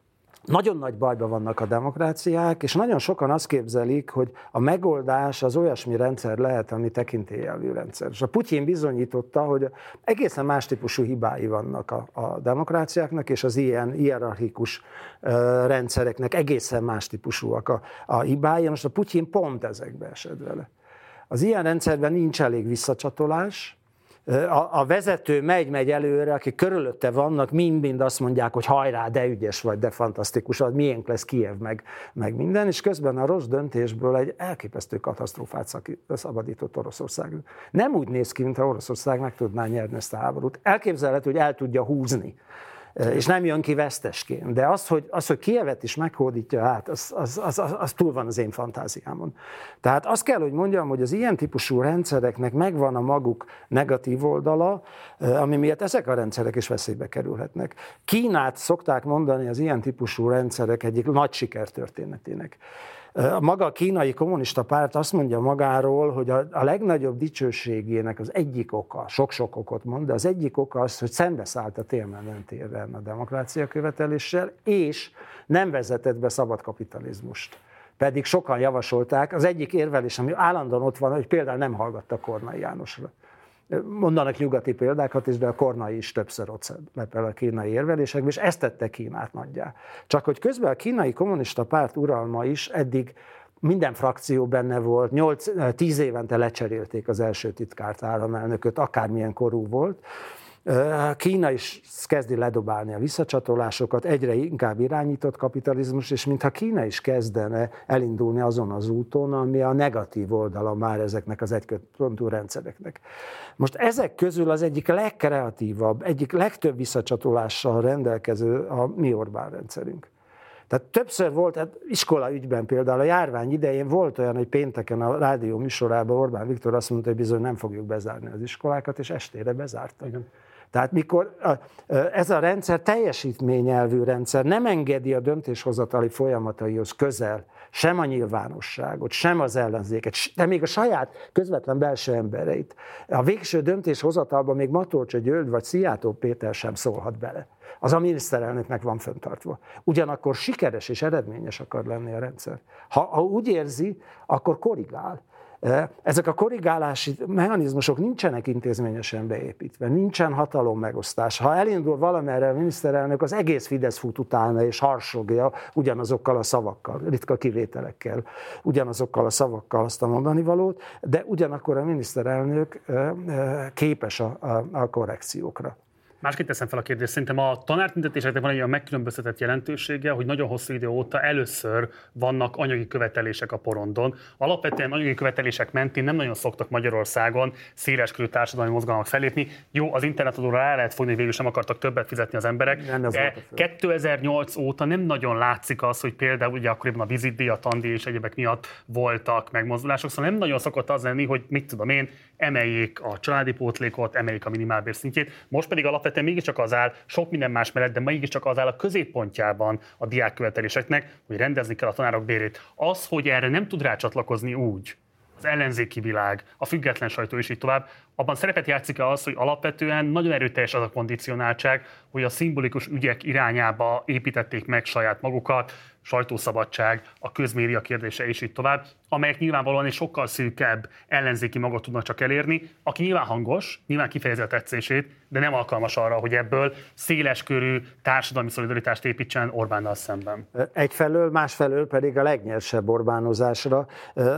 nagyon nagy bajban vannak a demokráciák, és nagyon sokan azt képzelik, hogy a megoldás az olyasmi rendszer lehet, ami tekintélyelvű rendszer. És a Putyin bizonyította, hogy egészen más típusú hibái vannak a, a demokráciáknak, és az ilyen hierarchikus uh, rendszereknek egészen más típusúak a, a hibái. Most a Putyin pont ezekbe esett vele. Az ilyen rendszerben nincs elég visszacsatolás. A, a vezető megy-megy előre, akik körülötte vannak, mind-mind azt mondják, hogy hajrá, de ügyes vagy, de fantasztikus, az miénk lesz Kijev, meg, meg minden, és közben a rossz döntésből egy elképesztő katasztrófát szabadított Oroszország. Nem úgy néz ki, mintha Oroszország meg tudná nyerni ezt a háborút. Elképzelhető, hogy el tudja húzni, és nem jön ki vesztesként. De az, hogy, az, hogy Kijevet is meghódítja át, az, az, az, az, az túl van az én fantáziámon. Tehát azt kell, hogy mondjam, hogy az ilyen típusú rendszereknek megvan a maguk negatív oldala, ami miatt ezek a rendszerek is veszélybe kerülhetnek. Kínát szokták mondani az ilyen típusú rendszerek egyik nagy sikertörténetének. A maga a kínai kommunista párt azt mondja magáról, hogy a, a legnagyobb dicsőségének az egyik oka, sok-sok okot mond, de az egyik oka az, hogy szembeszállt a Tiananmen téren a demokrácia követeléssel, és nem vezetett be szabad kapitalizmust. Pedig sokan javasolták, az egyik érvelés, ami állandóan ott van, hogy például nem hallgattak Kornai Jánosra. Mondanak nyugati példákat is, de a Kornai is többször ott lepel a kínai érvelésekben, és ezt tette Kínát nagyjá. Csak hogy közben a kínai kommunista párt uralma is eddig minden frakció benne volt, nyolc-tíz évente lecserélték az első titkárt, államelnököt, akármilyen korú volt. Kína is kezdi ledobálni a visszacsatolásokat, egyre inkább irányított kapitalizmus, és mintha Kína is kezdene elindulni azon az úton, ami a negatív oldala már ezeknek az egyközpontú rendszereknek. Most ezek közül az egyik legkreatívabb, egyik legtöbb visszacsatolással rendelkező a mi Orbán rendszerünk. Tehát többször volt, hát iskola ügyben például a járvány idején volt olyan, hogy pénteken a rádió műsorában Orbán Viktor azt mondta, hogy bizony nem fogjuk bezárni az iskolákat, és estére bezárta. Igen. Tehát mikor ez a rendszer teljesítményelvű rendszer nem engedi a döntéshozatali folyamataihoz közel sem a nyilvánosságot, sem az ellenzéket, de még a saját közvetlen belső embereit. A végső döntéshozatalban még Matolcsa György vagy Szijjártó Péter sem szólhat bele. Az a miniszterelnöknek van fenntartva. Ugyanakkor sikeres és eredményes akar lenni a rendszer. Ha, ha úgy érzi, akkor korrigál. Ezek a korrigálási mechanizmusok nincsenek intézményesen beépítve, nincsen hatalommegosztás. Ha elindul valamerre a miniszterelnök, az egész Fidesz fut utána és harsogja ugyanazokkal a szavakkal, ritka kivételekkel, ugyanazokkal a szavakkal azt a mondani valót, de ugyanakkor a miniszterelnök képes a, a, a korrekciókra. Másként teszem fel a kérdést, szerintem a tanártüntetéseknek van egy olyan megkülönböztetett jelentősége, hogy nagyon hosszú idő óta először vannak anyagi követelések a porondon. Alapvetően anyagi követelések mentén nem nagyon szoktak Magyarországon széleskörű társadalmi mozgalmak fellépni. Jó, az internetadóra rá lehet fogni, hogy végül sem akartak többet fizetni az emberek, nem, de kétezer-nyolc óta nem nagyon látszik az, hogy például ugye akkoriban a vizitdíj, a tandíj és egyebek miatt voltak megmozdulások, szóval nem nagyon szokott az lenni, hogy mit tudom én, emeljék a családi pótlékot, emeljék a minimálbér szintjét. Most pedig alapvetően mégiscsak az áll, sok minden más mellett, de mégiscsak az áll a középpontjában a diákköveteléseknek, hogy rendezni kell a tanárok bérét. Az, hogy erre nem tud rácsatlakozni úgy, az ellenzéki világ, a független sajtó és így tovább, abban szerepet játszik-e az, hogy alapvetően nagyon erőteljes az a kondicionáltság, hogy a szimbolikus ügyek irányába építették meg saját magukat, sajtószabadság, a közmédia kérdése és így tovább, amelyek nyilvánvalóan egy sokkal szűkebb ellenzéki magot tudnak csak elérni, aki nyilván hangos, nyilván kifejezi a tetszését, de nem alkalmas arra, hogy ebből széleskörű társadalmi szolidaritást építsen Orbánnal szemben. Egyfelől, másfelől pedig a legnyersebb Orbánozásra.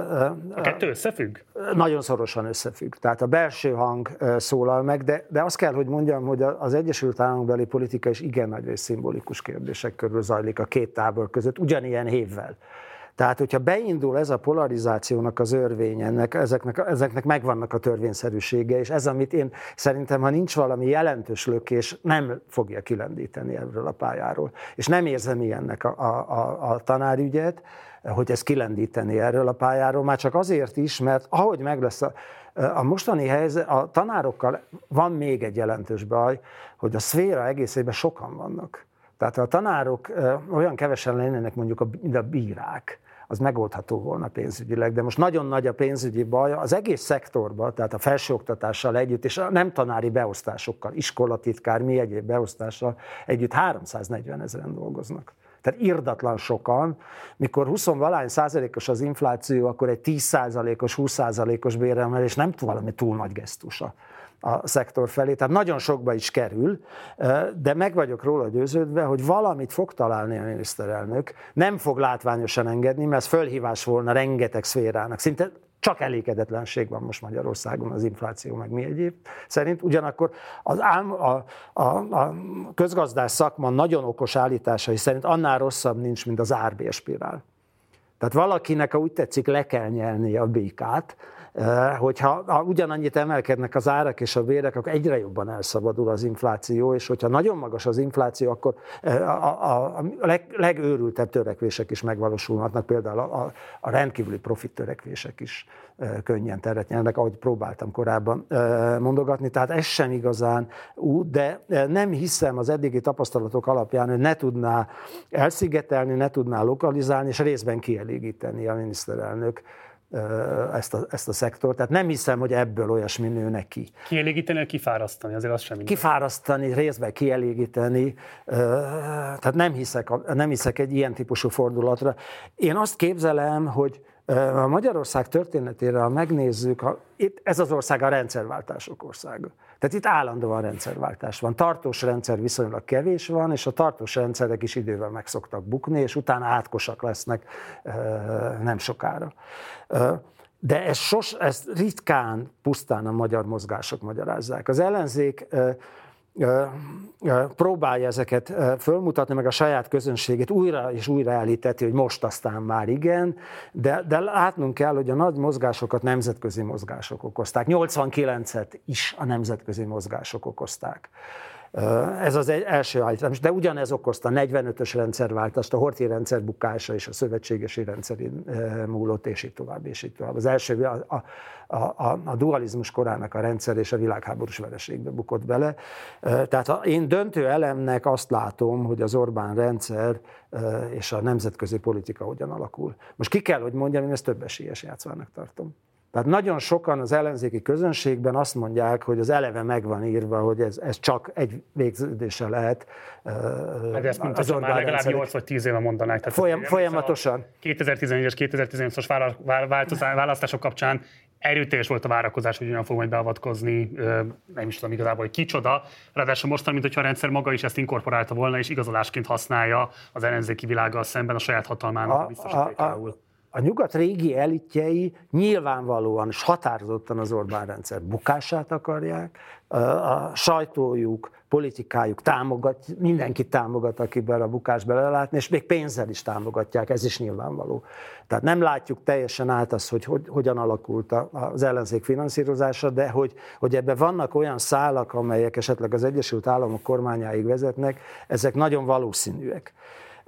A kettő összefügg? Nagyon szorosan összefügg. Tehát a belső hang szólal meg, de, de azt kell, hogy mondjam, hogy az Egyesült Államokbeli politika is igen nagy rész szimbolikus kérdések körül zajlik a két tábor között, ugyanilyen hévvel. Tehát, hogyha beindul ez a polarizációnak az örvény, ennek, ezeknek, ezeknek megvannak a törvényszerűsége, és ez, amit én szerintem, ha nincs valami jelentős lökés, nem fogja kilendíteni ebből a pályáról. És nem érzem ilyennek a, a, a, a tanárügyet, hogy ez kilendíteni erről a pályáról, már csak azért is, mert ahogy meg lesz a, a mostani helyzet, a tanárokkal van még egy jelentős baj, hogy a szféra egészében sokan vannak. Tehát ha a tanárok olyan kevesen lennének mondjuk, mint a bírák, az megoldható volna pénzügyileg, de most nagyon nagy a pénzügyi baj az egész szektorban, tehát a felsőoktatással együtt, és a nem tanári beosztásokkal, iskolatitkár, mi egyéb beosztással együtt háromszáznegyven ezeren dolgoznak. Tehát irdatlan sokan, mikor húsz-valány százalékos az infláció, akkor egy tíz százalékos, húsz százalékos béremelés nem valami túl nagy gesztus a szektor felé, tehát nagyon sokba is kerül, de meg vagyok róla győződve, hogy valamit fog találni a miniszterelnök, nem fog látványosan engedni, mert ez fölhívás volna rengeteg szférának, szinte csak elégedetlenség van most Magyarországon, az infláció meg mi egyéb szerint. Ugyanakkor az ám, a, a, a közgazdás szakma nagyon okos állításai szerint annál rosszabb nincs, mint az árbérspirál. Tehát valakinek, ha úgy tetszik, le kell nyelni a békát, hogyha ha ugyanannyit emelkednek az árak és a bérek, akkor egyre jobban elszabadul az infláció, és hogyha nagyon magas az infláció, akkor a, a, a leg, legőrültebb törekvések is megvalósulhatnak, például a, a, a rendkívüli profit törekvések is könnyen teret nyernek, ahogy próbáltam korábban mondogatni, tehát ez sem igazán út, de nem hiszem az eddigi tapasztalatok alapján, hogy ne tudná elszigetelni, ne tudná lokalizálni, és részben kielégíteni a miniszterelnök ezt a, ezt a szektort. Tehát nem hiszem, hogy ebből olyasmi nő neki. Kielégíteni, kifárasztani, azért az sem minden. Kifárasztani, részben kielégíteni, tehát nem hiszek, nem hiszek egy ilyen típusú fordulatra. Én azt képzelem, hogy a Magyarország történetére, ha megnézzük, ha itt ez az ország a rendszerváltások országa. Tehát itt állandóan rendszerváltás van. Tartós rendszer viszonylag kevés van, és a tartós rendszerek is idővel meg szoktak bukni, és utána átkosak lesznek nem sokára. De ez sos, ezt ritkán, pusztán a magyar mozgások magyarázzák. Az ellenzék próbálja ezeket fölmutatni, meg a saját közönségét újra és újra elhiteti, hogy most aztán már igen, de, de látnunk kell, hogy a nagy mozgásokat nemzetközi mozgások okozták. nyolcvankilencet is a nemzetközi mozgások okozták. Ez az első állítás, de ugyanez okozta a negyvenötös rendszerváltást, a Horthy rendszer bukása és a szövetségesi rendszerén múlott, és így tovább, és így tovább. Az első a, a, a, a dualizmus korának a rendszer és a világháborús vereségbe bukott bele. Tehát én döntő elemnek azt látom, hogy az Orbán rendszer és a nemzetközi politika hogyan alakul. Most ki kell, hogy mondjam, én ezt több esélyes játszmának tartom. Tehát nagyon sokan az ellenzéki közönségben azt mondják, hogy az eleve meg van írva, hogy ez, ez csak egy végződése lehet. Hát ezt mint az már legalább nyolc vagy tíz éve mondanák. Tehát Folyam, folyamatosan. kétezer-tizenegyes, kétezer-tizennyolcas választások kapcsán erőteljes volt a várakozás, hogy olyan fog majd beavatkozni, nem is tudom igazából, hogy kicsoda. Ráadásul mostan, mint hogyha a rendszer maga is ezt inkorporálta volna, és igazolásként használja az ellenzéki világgal szemben a saját hatalmának a biztosítékául. A nyugat régi elitjei nyilvánvalóan és határozottan az Orbán rendszer bukását akarják, a sajtójuk, politikájuk támogat, mindenkit támogat, aki bele a bukás belelátni, és még pénzzel is támogatják, ez is nyilvánvaló. Tehát nem látjuk teljesen át azt, hogy, hogy hogyan alakult az ellenzék finanszírozása, de hogy, hogy ebben vannak olyan szálak, amelyek esetleg az Egyesült Államok kormányáig vezetnek, ezek nagyon valószínűek.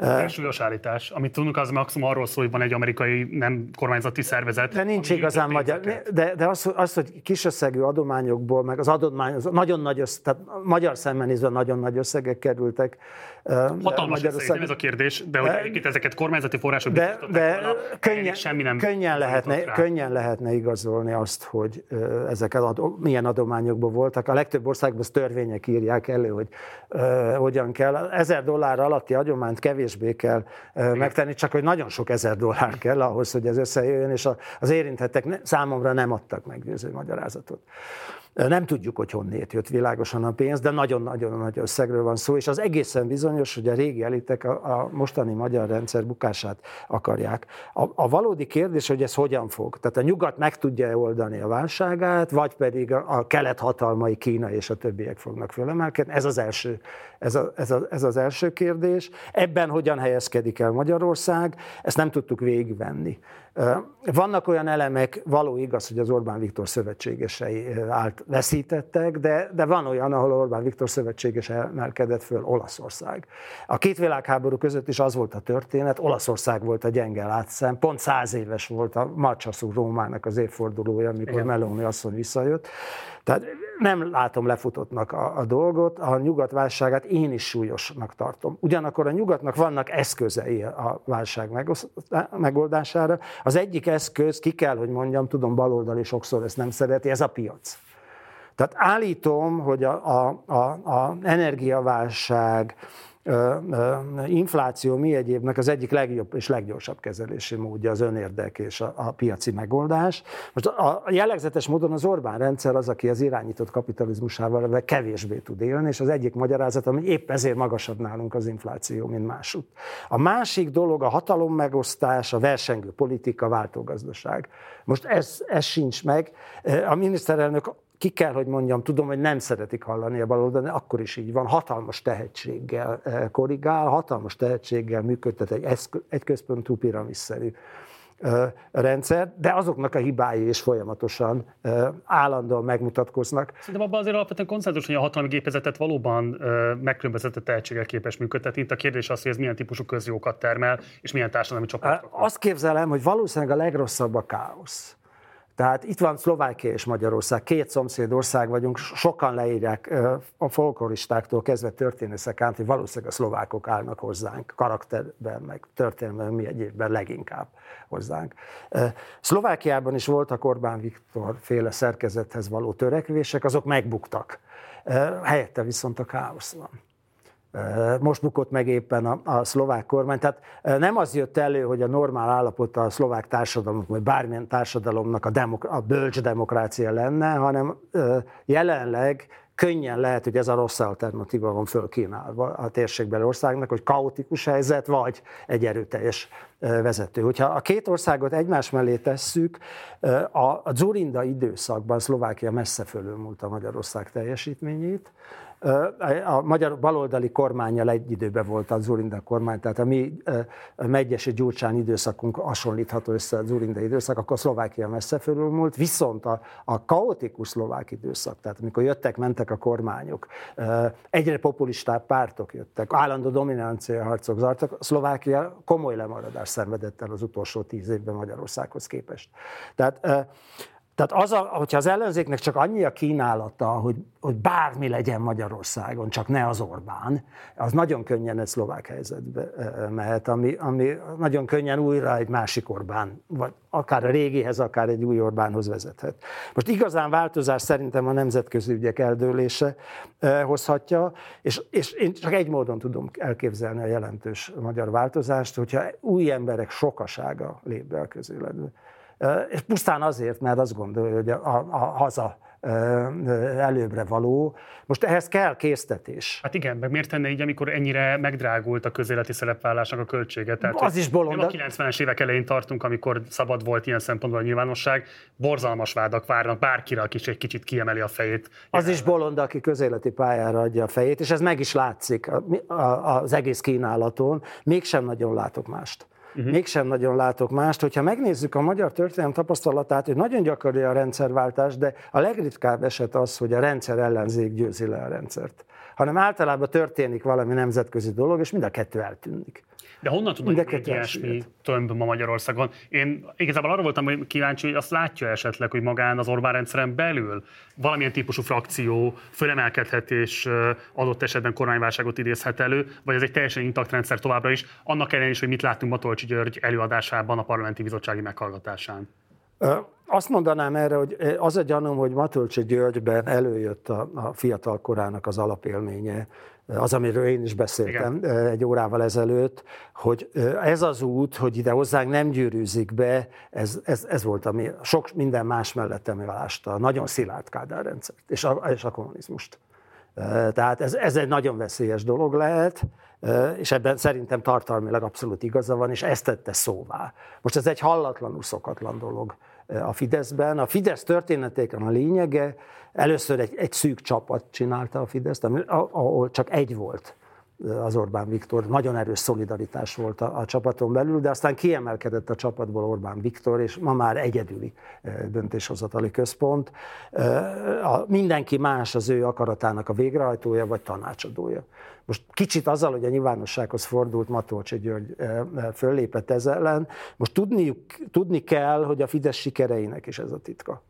Ez súlyos állítás. Amit tudunk, az maximum arról szól, hogy van egy amerikai nem kormányzati szervezet. De nincs igazán magyar. De, de az, az, hogy kis összegű adományokból, meg az adomány, az nagyon nagy összeg, tehát magyar szemben nézve nagyon nagy összegek kerültek. Hatalmas összeg, nem ez a kérdés, de hogy egyébként ezeket kormányzati források de, de volna, könnyen, semmi nem könnyen, lehetne, könnyen lehetne igazolni azt, hogy ezek adó, milyen adományokból voltak. A legtöbb országban törvények írják elő, hogy uh, hogyan kell. Ezer dollár alatti adományt kevésbé kell uh, megtenni, csak hogy nagyon sok ezer dollár kell ahhoz, hogy ez összejöjjön, és az érintettek ne, számomra nem adtak meggyőző magyarázatot. Nem tudjuk, hogy honnét jött világosan a pénz, de nagyon-nagyon nagy összegről van szó, és az egészen bizonyos, hogy a régi elitek a, a mostani magyar rendszer bukását akarják. A, a valódi kérdés, hogy ez hogyan fog. Tehát a nyugat meg tudja oldani a válságát, vagy pedig a, a kelet hatalmai, Kína és a többiek fognak fölemelkedni. Ez az első, ez, a, ez, a, ez az első kérdés. Ebben hogyan helyezkedik el Magyarország, ezt nem tudtuk végigvenni. Vannak olyan elemek, való igaz, hogy az Orbán Viktor szövetségesei állt, veszítettek, de, de van olyan, ahol Orbán Viktor szövetséges emelkedett föl, Olaszország. A két világháború között is az volt a történet, Olaszország volt a gyenge látszem, pont száz éves volt a Marcsaszú Rómának az évfordulója, amikor Igen. Meloni asszony visszajött. Tehát nem látom lefutottnak a, a dolgot, a nyugat válságát én is súlyosnak tartom. Ugyanakkor a nyugatnak vannak eszközei a válság megoldására. Az egyik eszköz, ki kell, hogy mondjam, tudom, baloldali sokszor ezt nem szereti, ez a piac. Tehát állítom, hogy a, a, a, a energiaválság, infláció, mi egyébnek az egyik legjobb és leggyorsabb kezelési módja az önérdek és a, a piaci megoldás. Most a jellegzetes módon az Orbán rendszer az, aki az irányított kapitalizmusával kevésbé tud élni, és az egyik magyarázat, hogy épp ezért magasabb nálunk az infláció, mint másút. A másik dolog a hatalommegosztás, a versengő politika, váltógazdaság. Most ez, ez sincs meg. A miniszterelnök, ki kell, hogy mondjam, tudom, hogy nem szeretik hallani a baloldalon, de akkor is így van, hatalmas tehetséggel korrigál, hatalmas tehetséggel működtet egy, eszkö, egy központú piramisszerű rendszer, de azoknak a hibái is folyamatosan állandóan megmutatkoznak. Szerintem abban azért alapvetően konszenzus, hogy a hatalmi gépezetet valóban megkülönböztetett tehetséggel képes működtetni. Itt a kérdés az, hogy ez milyen típusú közjókat termel, és milyen társadalmi csoportok. Azt képzelem, hogy valószínűleg a legrosszabb a káosz. Tehát itt van Szlovákia és Magyarország, két szomszédország vagyunk, sokan leírják a folkloristáktól kezdve történészek át, hogy valószínűleg a szlovákok állnak hozzánk, karakterben, meg történelmben, mi egyébben leginkább hozzánk. Szlovákiában is voltak Orbán Viktor féle szerkezethez való törekvések, azok megbuktak. Helyette viszont a káosz van. Most bukott meg éppen a, a szlovák kormány. Tehát nem az jött elő, hogy a normál állapota a szlovák társadalomnak, vagy bármilyen társadalomnak a, demok- a bölcs demokrácia lenne, hanem jelenleg könnyen lehet, hogy ez a rossz alternatíva van fölkínálva a térségbeli országnak, hogy kaotikus helyzet, vagy egy erőteljes vezető. Hogyha a két országot egymás mellé tesszük, a Dzurinda időszakban Szlovákia messze fölülmúlta Magyarország teljesítményét. A magyar baloldali kormánnyal egy időben volt a Dzurinda kormány, tehát a mi Medgyessy Gyurcsány időszakunk hasonlítható össze a Dzurinda időszak, akkor Szlovákia messze fölülmúlt, viszont a, a kaotikus szlovák időszak, tehát amikor jöttek, mentek a kormányok, egyre populistább pártok jöttek, állandó dominancia harcok zartak, Szlovákia komoly lemaradást szenvedett el az utolsó tíz évben Magyarországhoz képest. Tehát Tehát az, a, hogyha az ellenzéknek csak annyi a kínálata, hogy, hogy bármi legyen Magyarországon, csak ne az Orbán, az nagyon könnyen egy szlovák helyzetbe mehet, ami, ami nagyon könnyen újra egy másik Orbán, vagy akár a régihez, akár egy új Orbánhoz vezethet. Most igazán változás szerintem a nemzetközi ügyek eldőlése hozhatja, és, és én csak egy módon tudom elképzelni a jelentős magyar változást, hogyha új emberek sokasága lép be a közéletbe. És pusztán azért, mert azt gondolja, hogy a, a, a haza előbbre való. Most ehhez kell késztetés. Hát igen, meg miért tenne így, amikor ennyire megdrágult a közéleti szerepvállásnak a költsége? Tehát, az is bolond. Nem a kilencvenes évek elején tartunk, amikor szabad volt ilyen szempontból a nyilvánosság. Borzalmas vádak várnak bárkire, aki egy kicsit kiemeli a fejét. Az is bolond, aki közéleti pályára adja a fejét, és ez meg is látszik az egész kínálaton. Mégsem nagyon látok mást. Uh-huh. Mégsem nagyon látok mást. Hogyha megnézzük a magyar történelem tapasztalatát, hogy nagyon gyakori a rendszerváltás, de a legritkább eset az, hogy a rendszer ellenzék győzi le a rendszert. hanem általában történik valami nemzetközi dolog, és mind a kettő eltűnik. De honnan tudnak egy ilyesmi tömb ma Magyarországon? Én igazából arra voltam kíváncsi, hogy azt látja esetleg, hogy magán az Orbán rendszeren belül valamilyen típusú frakció fölemelkedhet és adott esetben kormányválságot idézhet elő, vagy ez egy teljesen intakt rendszer továbbra is, annak ellenére is, hogy mit láttunk Matolcsy György előadásában a parlamenti bizottsági meghallgatásán. Azt mondanám erre, hogy az a gyanúm, hogy Matolcsy Györgyben előjött a, a fiatal korának az alapélménye, az, amiről én is beszéltem Igen. egy órával ezelőtt, hogy ez az út, hogy ide hozzánk nem gyűrűzik be, ez, ez, ez volt, ami sok minden más mellett emelásta, nagyon szilárd Kádár rendszert, és a, és a kommunizmust. Tehát ez, ez egy nagyon veszélyes dolog lehet, és ebben szerintem tartalmilag abszolút igaza van, és ezt tette szóvá. Most ez egy hallatlanul szokatlan dolog a Fideszben. A Fidesz történetéken a lényege, először egy, egy szűk csapat csinálta a Fideszt, ahol csak egy volt, az Orbán Viktor, nagyon erős szolidaritás volt a, a csapaton belül, de aztán kiemelkedett a csapatból Orbán Viktor, és ma már egyedüli döntéshozatali központ. A, mindenki más az ő akaratának a végrehajtója vagy tanácsadója. Most kicsit azzal, hogy a nyilvánossághoz fordult, Matolcsy György föllépett ez ellen, most tudniuk, tudni kell, hogy a Fidesz sikereinek is ez a titka.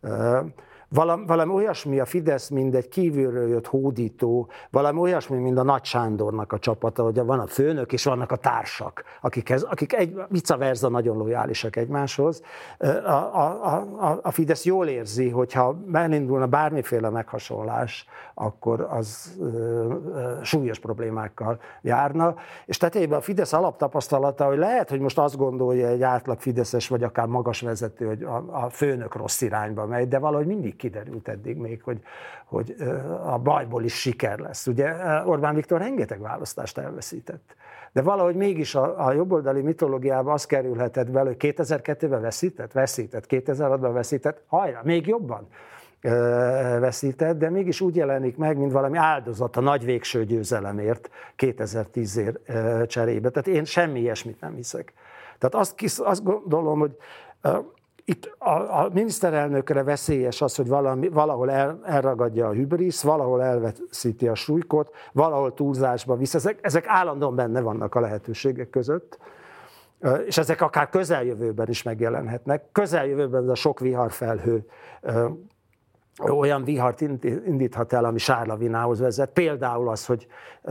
Valami, valami olyasmi a Fidesz, mint egy kívülről jött hódító, valami olyasmi, mint a Nagy Sándornak a csapata, hogy van a főnök és vannak a társak, akikhez, akik egy vice versa nagyon lojálisak egymáshoz. A, a, a, a Fidesz jól érzi, hogyha elindulna bármiféle meghasonlás, akkor az ö, ö, súlyos problémákkal járna. És tetejében a Fidesz alaptapasztalata, hogy lehet, hogy most azt gondolja egy átlag fideszes, vagy akár magas vezető, hogy a, a főnök rossz irányba megy, de valahogy mindig kiderült eddig még, hogy, hogy a bajból is siker lesz. Ugye Orbán Viktor rengeteg választást elveszített. De valahogy mégis a, a jobboldali mitológiában az kerülhetett bele, hogy kétezer-kettőben veszített, veszített, kétezer-hatban veszített, hajrá, még jobban veszített, de mégis úgy jelenik meg, mint valami áldozat a nagy végső győzelemért kétezer-tízért cserébe. Tehát én semmi ilyesmit nem hiszek. Tehát azt, kis, azt gondolom, hogy itt a, a miniszterelnökre veszélyes az, hogy valami, valahol el, elragadja a hübrisz, valahol elveszíti a súlykot, valahol túlzásba visz. Ezek, ezek állandóan benne vannak a lehetőségek között, és ezek akár közeljövőben is megjelenhetnek. Közeljövőben ez a sok viharfelhő olyan vihart indíthat el, ami sárlavinához vezet. Például az, hogy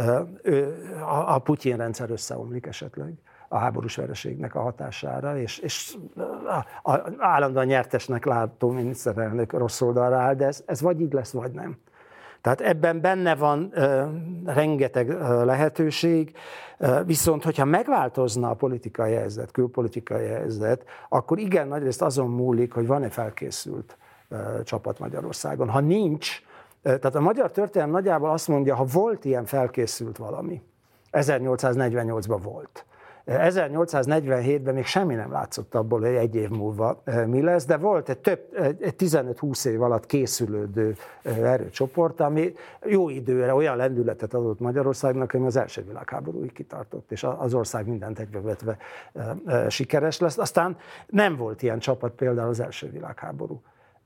a Putyin rendszer összeomlik esetleg a háborús vereségnek a hatására, és, és a, a, állandóan nyertesnek látó miniszterelnök rossz oldalra áll, de ez, ez vagy így lesz, vagy nem. Tehát ebben benne van uh, rengeteg uh, lehetőség, uh, viszont hogyha megváltozna a politikai helyzet, külpolitikai helyzet, akkor igen nagyrészt azon múlik, hogy van-e felkészült uh, csapat Magyarországon. Ha nincs, uh, tehát a magyar történelem nagyjából azt mondja, ha volt ilyen felkészült valami, ezernyolcszáznegyvennyolcban volt. ezernyolcszáznegyvenhétben még semmi nem látszott abból, hogy egy év múlva mi lesz, de volt egy, több, egy tizenöt-húsz év alatt készülődő erőcsoport, ami jó időre olyan lendületet adott Magyarországnak, ami az első világháborúig kitartott, és az ország mindent egybevetve sikeres lesz. Aztán nem volt ilyen csapat például az első világháború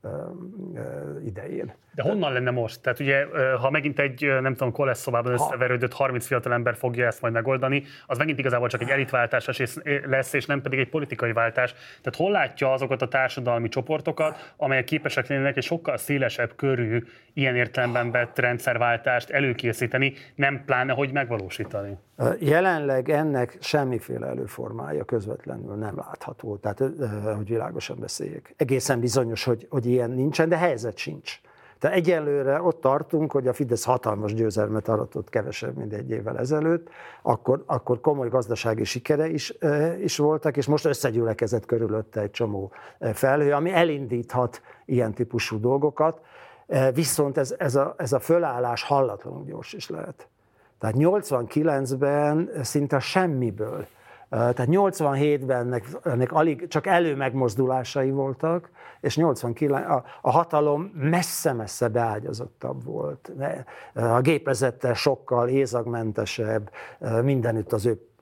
idején. De honnan lenne most? Tehát ugye, ha megint egy, nem tudom, kolesz szobában összeverődött harminc fiatal ember fogja ezt majd megoldani, az megint igazából csak egy elitváltás lesz, és nem pedig egy politikai váltás. Tehát hol látja azokat a társadalmi csoportokat, amelyek képesek lennének egy sokkal szélesebb körű, ilyen értelemben vett rendszerváltást előkészíteni, nem pláne, hogy megvalósítani? Jelenleg ennek semmiféle előformája közvetlenül nem látható, tehát hogy világosan beszéljek. Egészen bizonyos, hogy, hogy ilyen nincsen, de helyzet sincs. Tehát egyelőre ott tartunk, hogy a Fidesz hatalmas győzelmet aratott kevesebb, mint egy évvel ezelőtt, akkor, akkor komoly gazdasági sikere is, is voltak, és most összegyülekezett körülötte egy csomó felhő, ami elindíthat ilyen típusú dolgokat, viszont ez, ez, a, ez a fölállás hallatlanul gyors is lehet. Tehát nyolcvankilencben szinte semmiből, tehát nyolcvanhétben ennek, ennek alig csak előmegmozdulásai voltak, és nyolcvankilenc a, a hatalom messze-messze beágyazottabb volt. A gépezettel sokkal ézagmentesebb, mindenütt az ő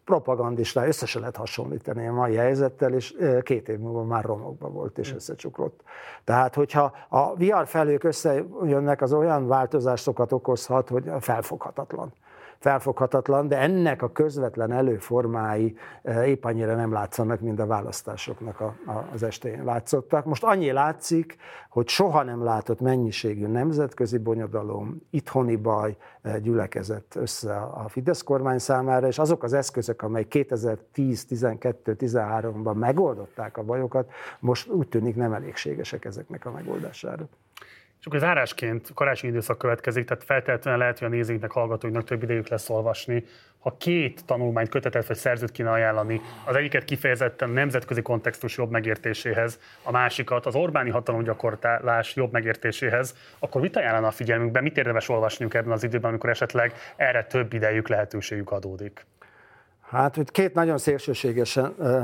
propagandistája, össze se lehet hasonlítani a mai helyzettel, és két év múlva már romokba volt és összecsuklott. Tehát, hogyha a vé er felhők összejönnek, az olyan változásokat okozhat, hogy felfoghatatlan. felfoghatatlan, de ennek a közvetlen előformái épp annyira nem látszanak, mint a választásoknak a, a, az estején látszottak. Most annyi látszik, hogy soha nem látott mennyiségű nemzetközi bonyodalom, itthoni baj gyülekezett össze a Fidesz kormány számára, és azok az eszközök, amelyek kétezer-tíz, tizenkettő, tizenháromban megoldották a bajokat, most úgy tűnik nem elégségesek ezeknek a megoldására. És akkor zárásként karácsonyi időszak következik, tehát feltétlenül lehet, hogy a nézőinknek, hallgatóinknak több idejük lesz olvasni. Ha két tanulmányt, kötetet vagy szerzőt kéne ajánlani, az egyiket kifejezetten nemzetközi kontextus jobb megértéséhez, a másikat az Orbáni hatalomgyakorlás jobb megértéséhez, akkor mit ajánlana a figyelmünkben, mit érdemes olvasniuk ebben az időben, amikor esetleg erre több idejük, lehetőségük adódik? Hát, hogy két nagyon szélsőséges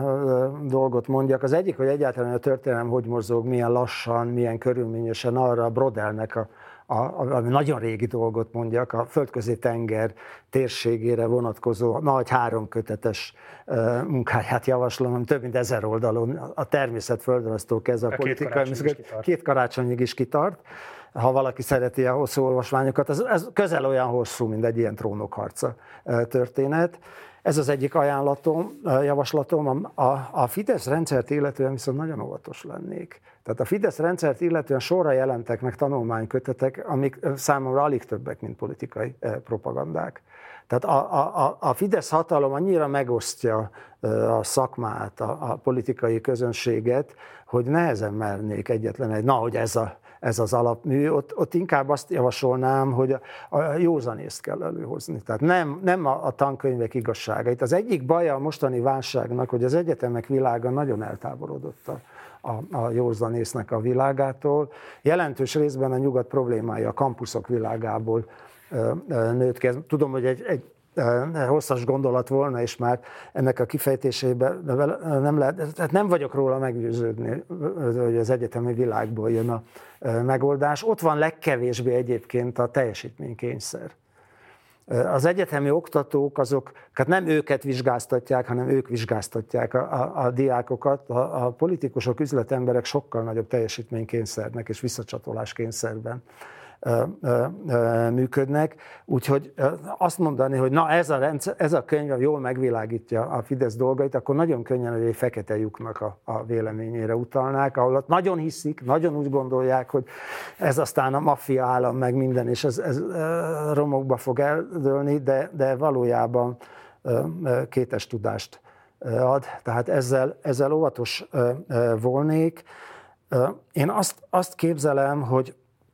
dolgot mondjak. Az egyik, hogy egyáltalán a történelem hogy mozog, milyen lassan, milyen körülményesen, arra a Brodelnek a, a, a, a nagyon régi dolgot mondjak, a Földközi tenger térségére vonatkozó nagy háromkötetes munkáját javaslom, ami több mint ezer oldalon, a természet földrajztól kezdve a, a politikai, két, két karácsonyig is kitart. Ha valaki szereti a hosszú olvasmányokat, ez, ez közel olyan hosszú, mint egy ilyen trónokharca történet. Ez az egyik ajánlatom, javaslatom. A, a Fidesz rendszert illetően viszont nagyon óvatos lennék. Tehát a Fidesz rendszert illetően sorra jelentek meg tanulmánykötetek, amik számomra alig többek, mint politikai propagandák. Tehát a, a, a Fidesz hatalom annyira megosztja a szakmát, a, a politikai közönséget, hogy nehezen mernék egyetlen egy, na, hogy ez a ez az alapmű, ott, ott inkább azt javasolnám, hogy a, a józanészt kell előhozni. Tehát nem, nem a, a tankönyvek igazságait. Az egyik baja a mostani válságnak, hogy az egyetemek világa nagyon eltávolodott a, a, a józanésznek a világától. Jelentős részben a nyugat problémája a kampuszok világából ö, ö, nőtt ki. Tudom, hogy egy, egy hosszas gondolat volna, és már ennek a kifejtésében nem lehet, tehát nem vagyok róla meggyőződni, hogy az egyetemi világból jön a megoldás. Ott van legkevésbé egyébként a teljesítménykényszer. Az egyetemi oktatók, azok, hát nem őket vizsgáztatják, hanem ők vizsgáztatják a, a, a diákokat. A, a politikusok, üzletemberek sokkal nagyobb teljesítménykényszernek és visszacsatolás-kényszerben működnek, úgyhogy azt mondani, hogy na ez a, rendszer, ez a könyv jól megvilágítja a Fidesz dolgait, akkor nagyon könnyen, hogy egy fekete lyuknak a, a véleményére utalnák, ahol ott nagyon hiszik, nagyon úgy gondolják, hogy ez aztán a maffia állam meg minden, és ez, ez romokba fog eldőlni, de, de valójában kétes tudást ad, tehát ezzel, ezzel óvatos volnék. Én azt, azt képzelem, hogy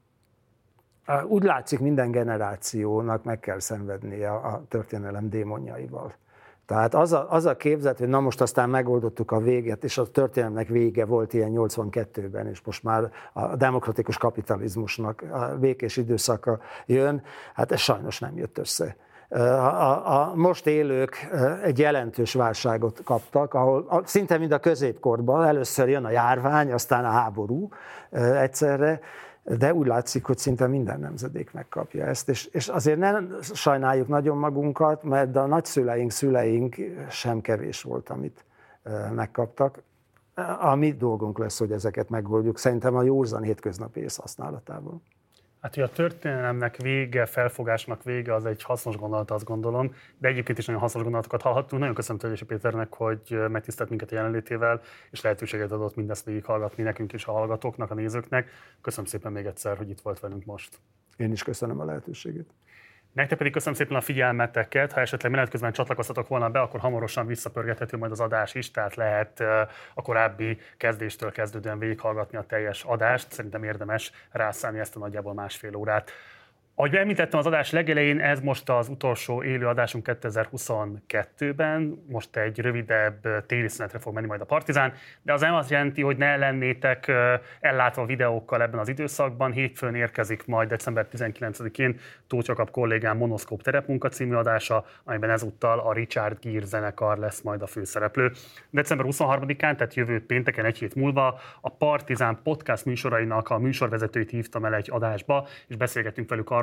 úgy látszik, minden generációnak meg kell szenvednie a történelem démonjaival. Tehát az a, az a képzet, hogy na most aztán megoldottuk a véget, és a történelemnek vége volt ilyen nyolcvankettőben, és most már a demokratikus kapitalizmusnak a békés időszaka jön, hát ez sajnos nem jött össze. A, a, a most élők egy jelentős válságot kaptak, ahol a, szinte mind a középkorban először jön a járvány, aztán a háború egyszerre, de úgy látszik, hogy szinte minden nemzedék megkapja ezt, és, és azért nem sajnáljuk nagyon magunkat, mert a nagyszüleink, szüleink sem kevés volt, amit megkaptak. A mi dolgunk lesz, hogy ezeket megoldjuk, szerintem a józan hétköznapi ész használatával. Hát, hogy a történelemnek vége, felfogásnak vége, az egy hasznos gondolat, azt gondolom, de egyébként is nagyon hasznos gondolatokat hallhattunk. Nagyon köszönöm Tölgyesi Péternek, hogy megtisztelt minket a jelenlétével, és lehetőséget adott mindezt végighallgatni nekünk és a hallgatóknak, a nézőknek. Köszönöm szépen még egyszer, hogy itt volt velünk most. Én is köszönöm a lehetőséget. Nektek pedig köszönöm szépen a figyelmeteket. Ha esetleg menet közben csatlakoztatok volna be, akkor hamarosan visszapörgethető majd az adás is, tehát lehet a korábbi kezdéstől kezdődően végighallgatni a teljes adást. Szerintem érdemes rászállni ezt a nagyjából másfél órát. Ahogy említettem az adás legelején, ez most az utolsó élő adásunk kétezer-huszonkettőben, most egy rövidebb téli szünetre fog menni majd a Partizán, de az nem azt jelenti, hogy ne lennétek ellátva videókkal ebben az időszakban. Hétfőn érkezik majd december tizenkilencedikén Tóth Jakab kollégám Monoszkóp terepmunka című adása, amiben ezúttal a Richard Gere zenekar lesz majd a főszereplő. december huszonharmadikán, tehát jövő pénteken, egy hét múlva a Partizán podcast műsorainak a műsorvezetőit hívtam el egy adásba, és beszélgetünk velük arról,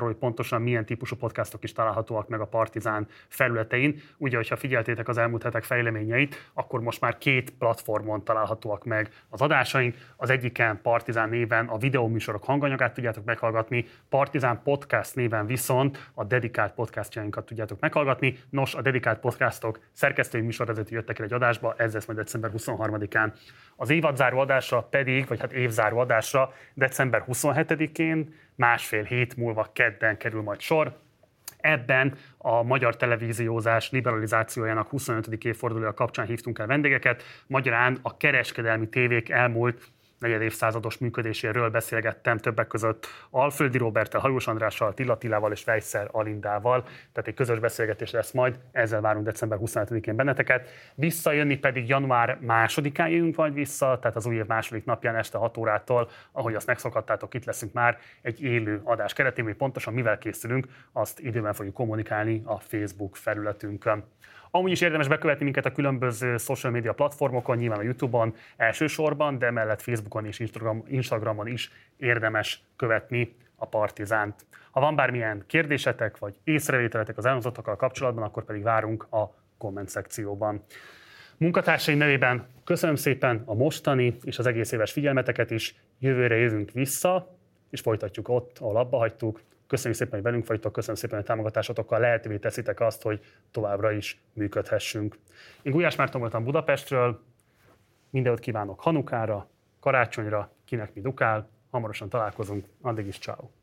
arról, hogy pontosan milyen típusú podcastok is találhatóak meg a Partizán felületein. Ugye, hogyha figyeltétek az elmúlt hetek fejleményeit, akkor most már két platformon találhatóak meg az adásaink. Az egyiken Partizán néven a videóműsorok hanganyagát tudjátok meghallgatni, Partizán Podcast néven viszont a dedikált podcastjainkat tudjátok meghallgatni. Nos, a dedikált podcastok szerkesztői műsorvezető jöttek el egy adásba, ez lesz majd december huszonharmadikán. Az évadzáró adásra pedig, vagy hát évzáró adásra december huszonhetedikén, másfél hét múlva kedden kerül majd sor. Ebben a magyar televíziózás liberalizációjának huszonötödik évfordulója kapcsán hívtunk el vendégeket. Magyarán a kereskedelmi tévék elmúlt negyed évszázados működéséről beszélgettem többek között Alföldi Róberttel, Hajós Andrással, Attila Attilával és Weisszer Alindával. Tehát egy közös beszélgetés lesz majd, ezzel várunk december huszonhetedikén benneteket. Visszajönni pedig január másodikán jövünk majd vissza, tehát az új év második napján este hat órától, ahogy azt megszokhattátok, itt leszünk már egy élő adás keretében, hogy pontosan mivel készülünk, azt időben fogjuk kommunikálni a Facebook felületünkön. Amúgy is érdemes bekövetni minket a különböző social media platformokon, nyilván a YouTube-on elsősorban, de mellett Facebookon és Instagram, Instagramon is érdemes követni a Partizánt. Ha van bármilyen kérdésetek vagy észrevételetek az elhangzottakkal kapcsolatban, akkor pedig várunk a komment szekcióban. Munkatársaim nevében köszönöm szépen a mostani és az egész éves figyelmeteket is. Jövőre jövünk vissza, és folytatjuk ott, ahol abba hagytuk. Köszönjük szépen, hogy velünk vagytok, köszönöm szépen, hogy támogatásotokkal lehetővé teszitek azt, hogy továbbra is működhessünk. Én Gulyás Márton voltam Budapestről, minden jót kívánok Hanukára, karácsonyra, kinek mi dukál, hamarosan találkozunk, addig is ciao.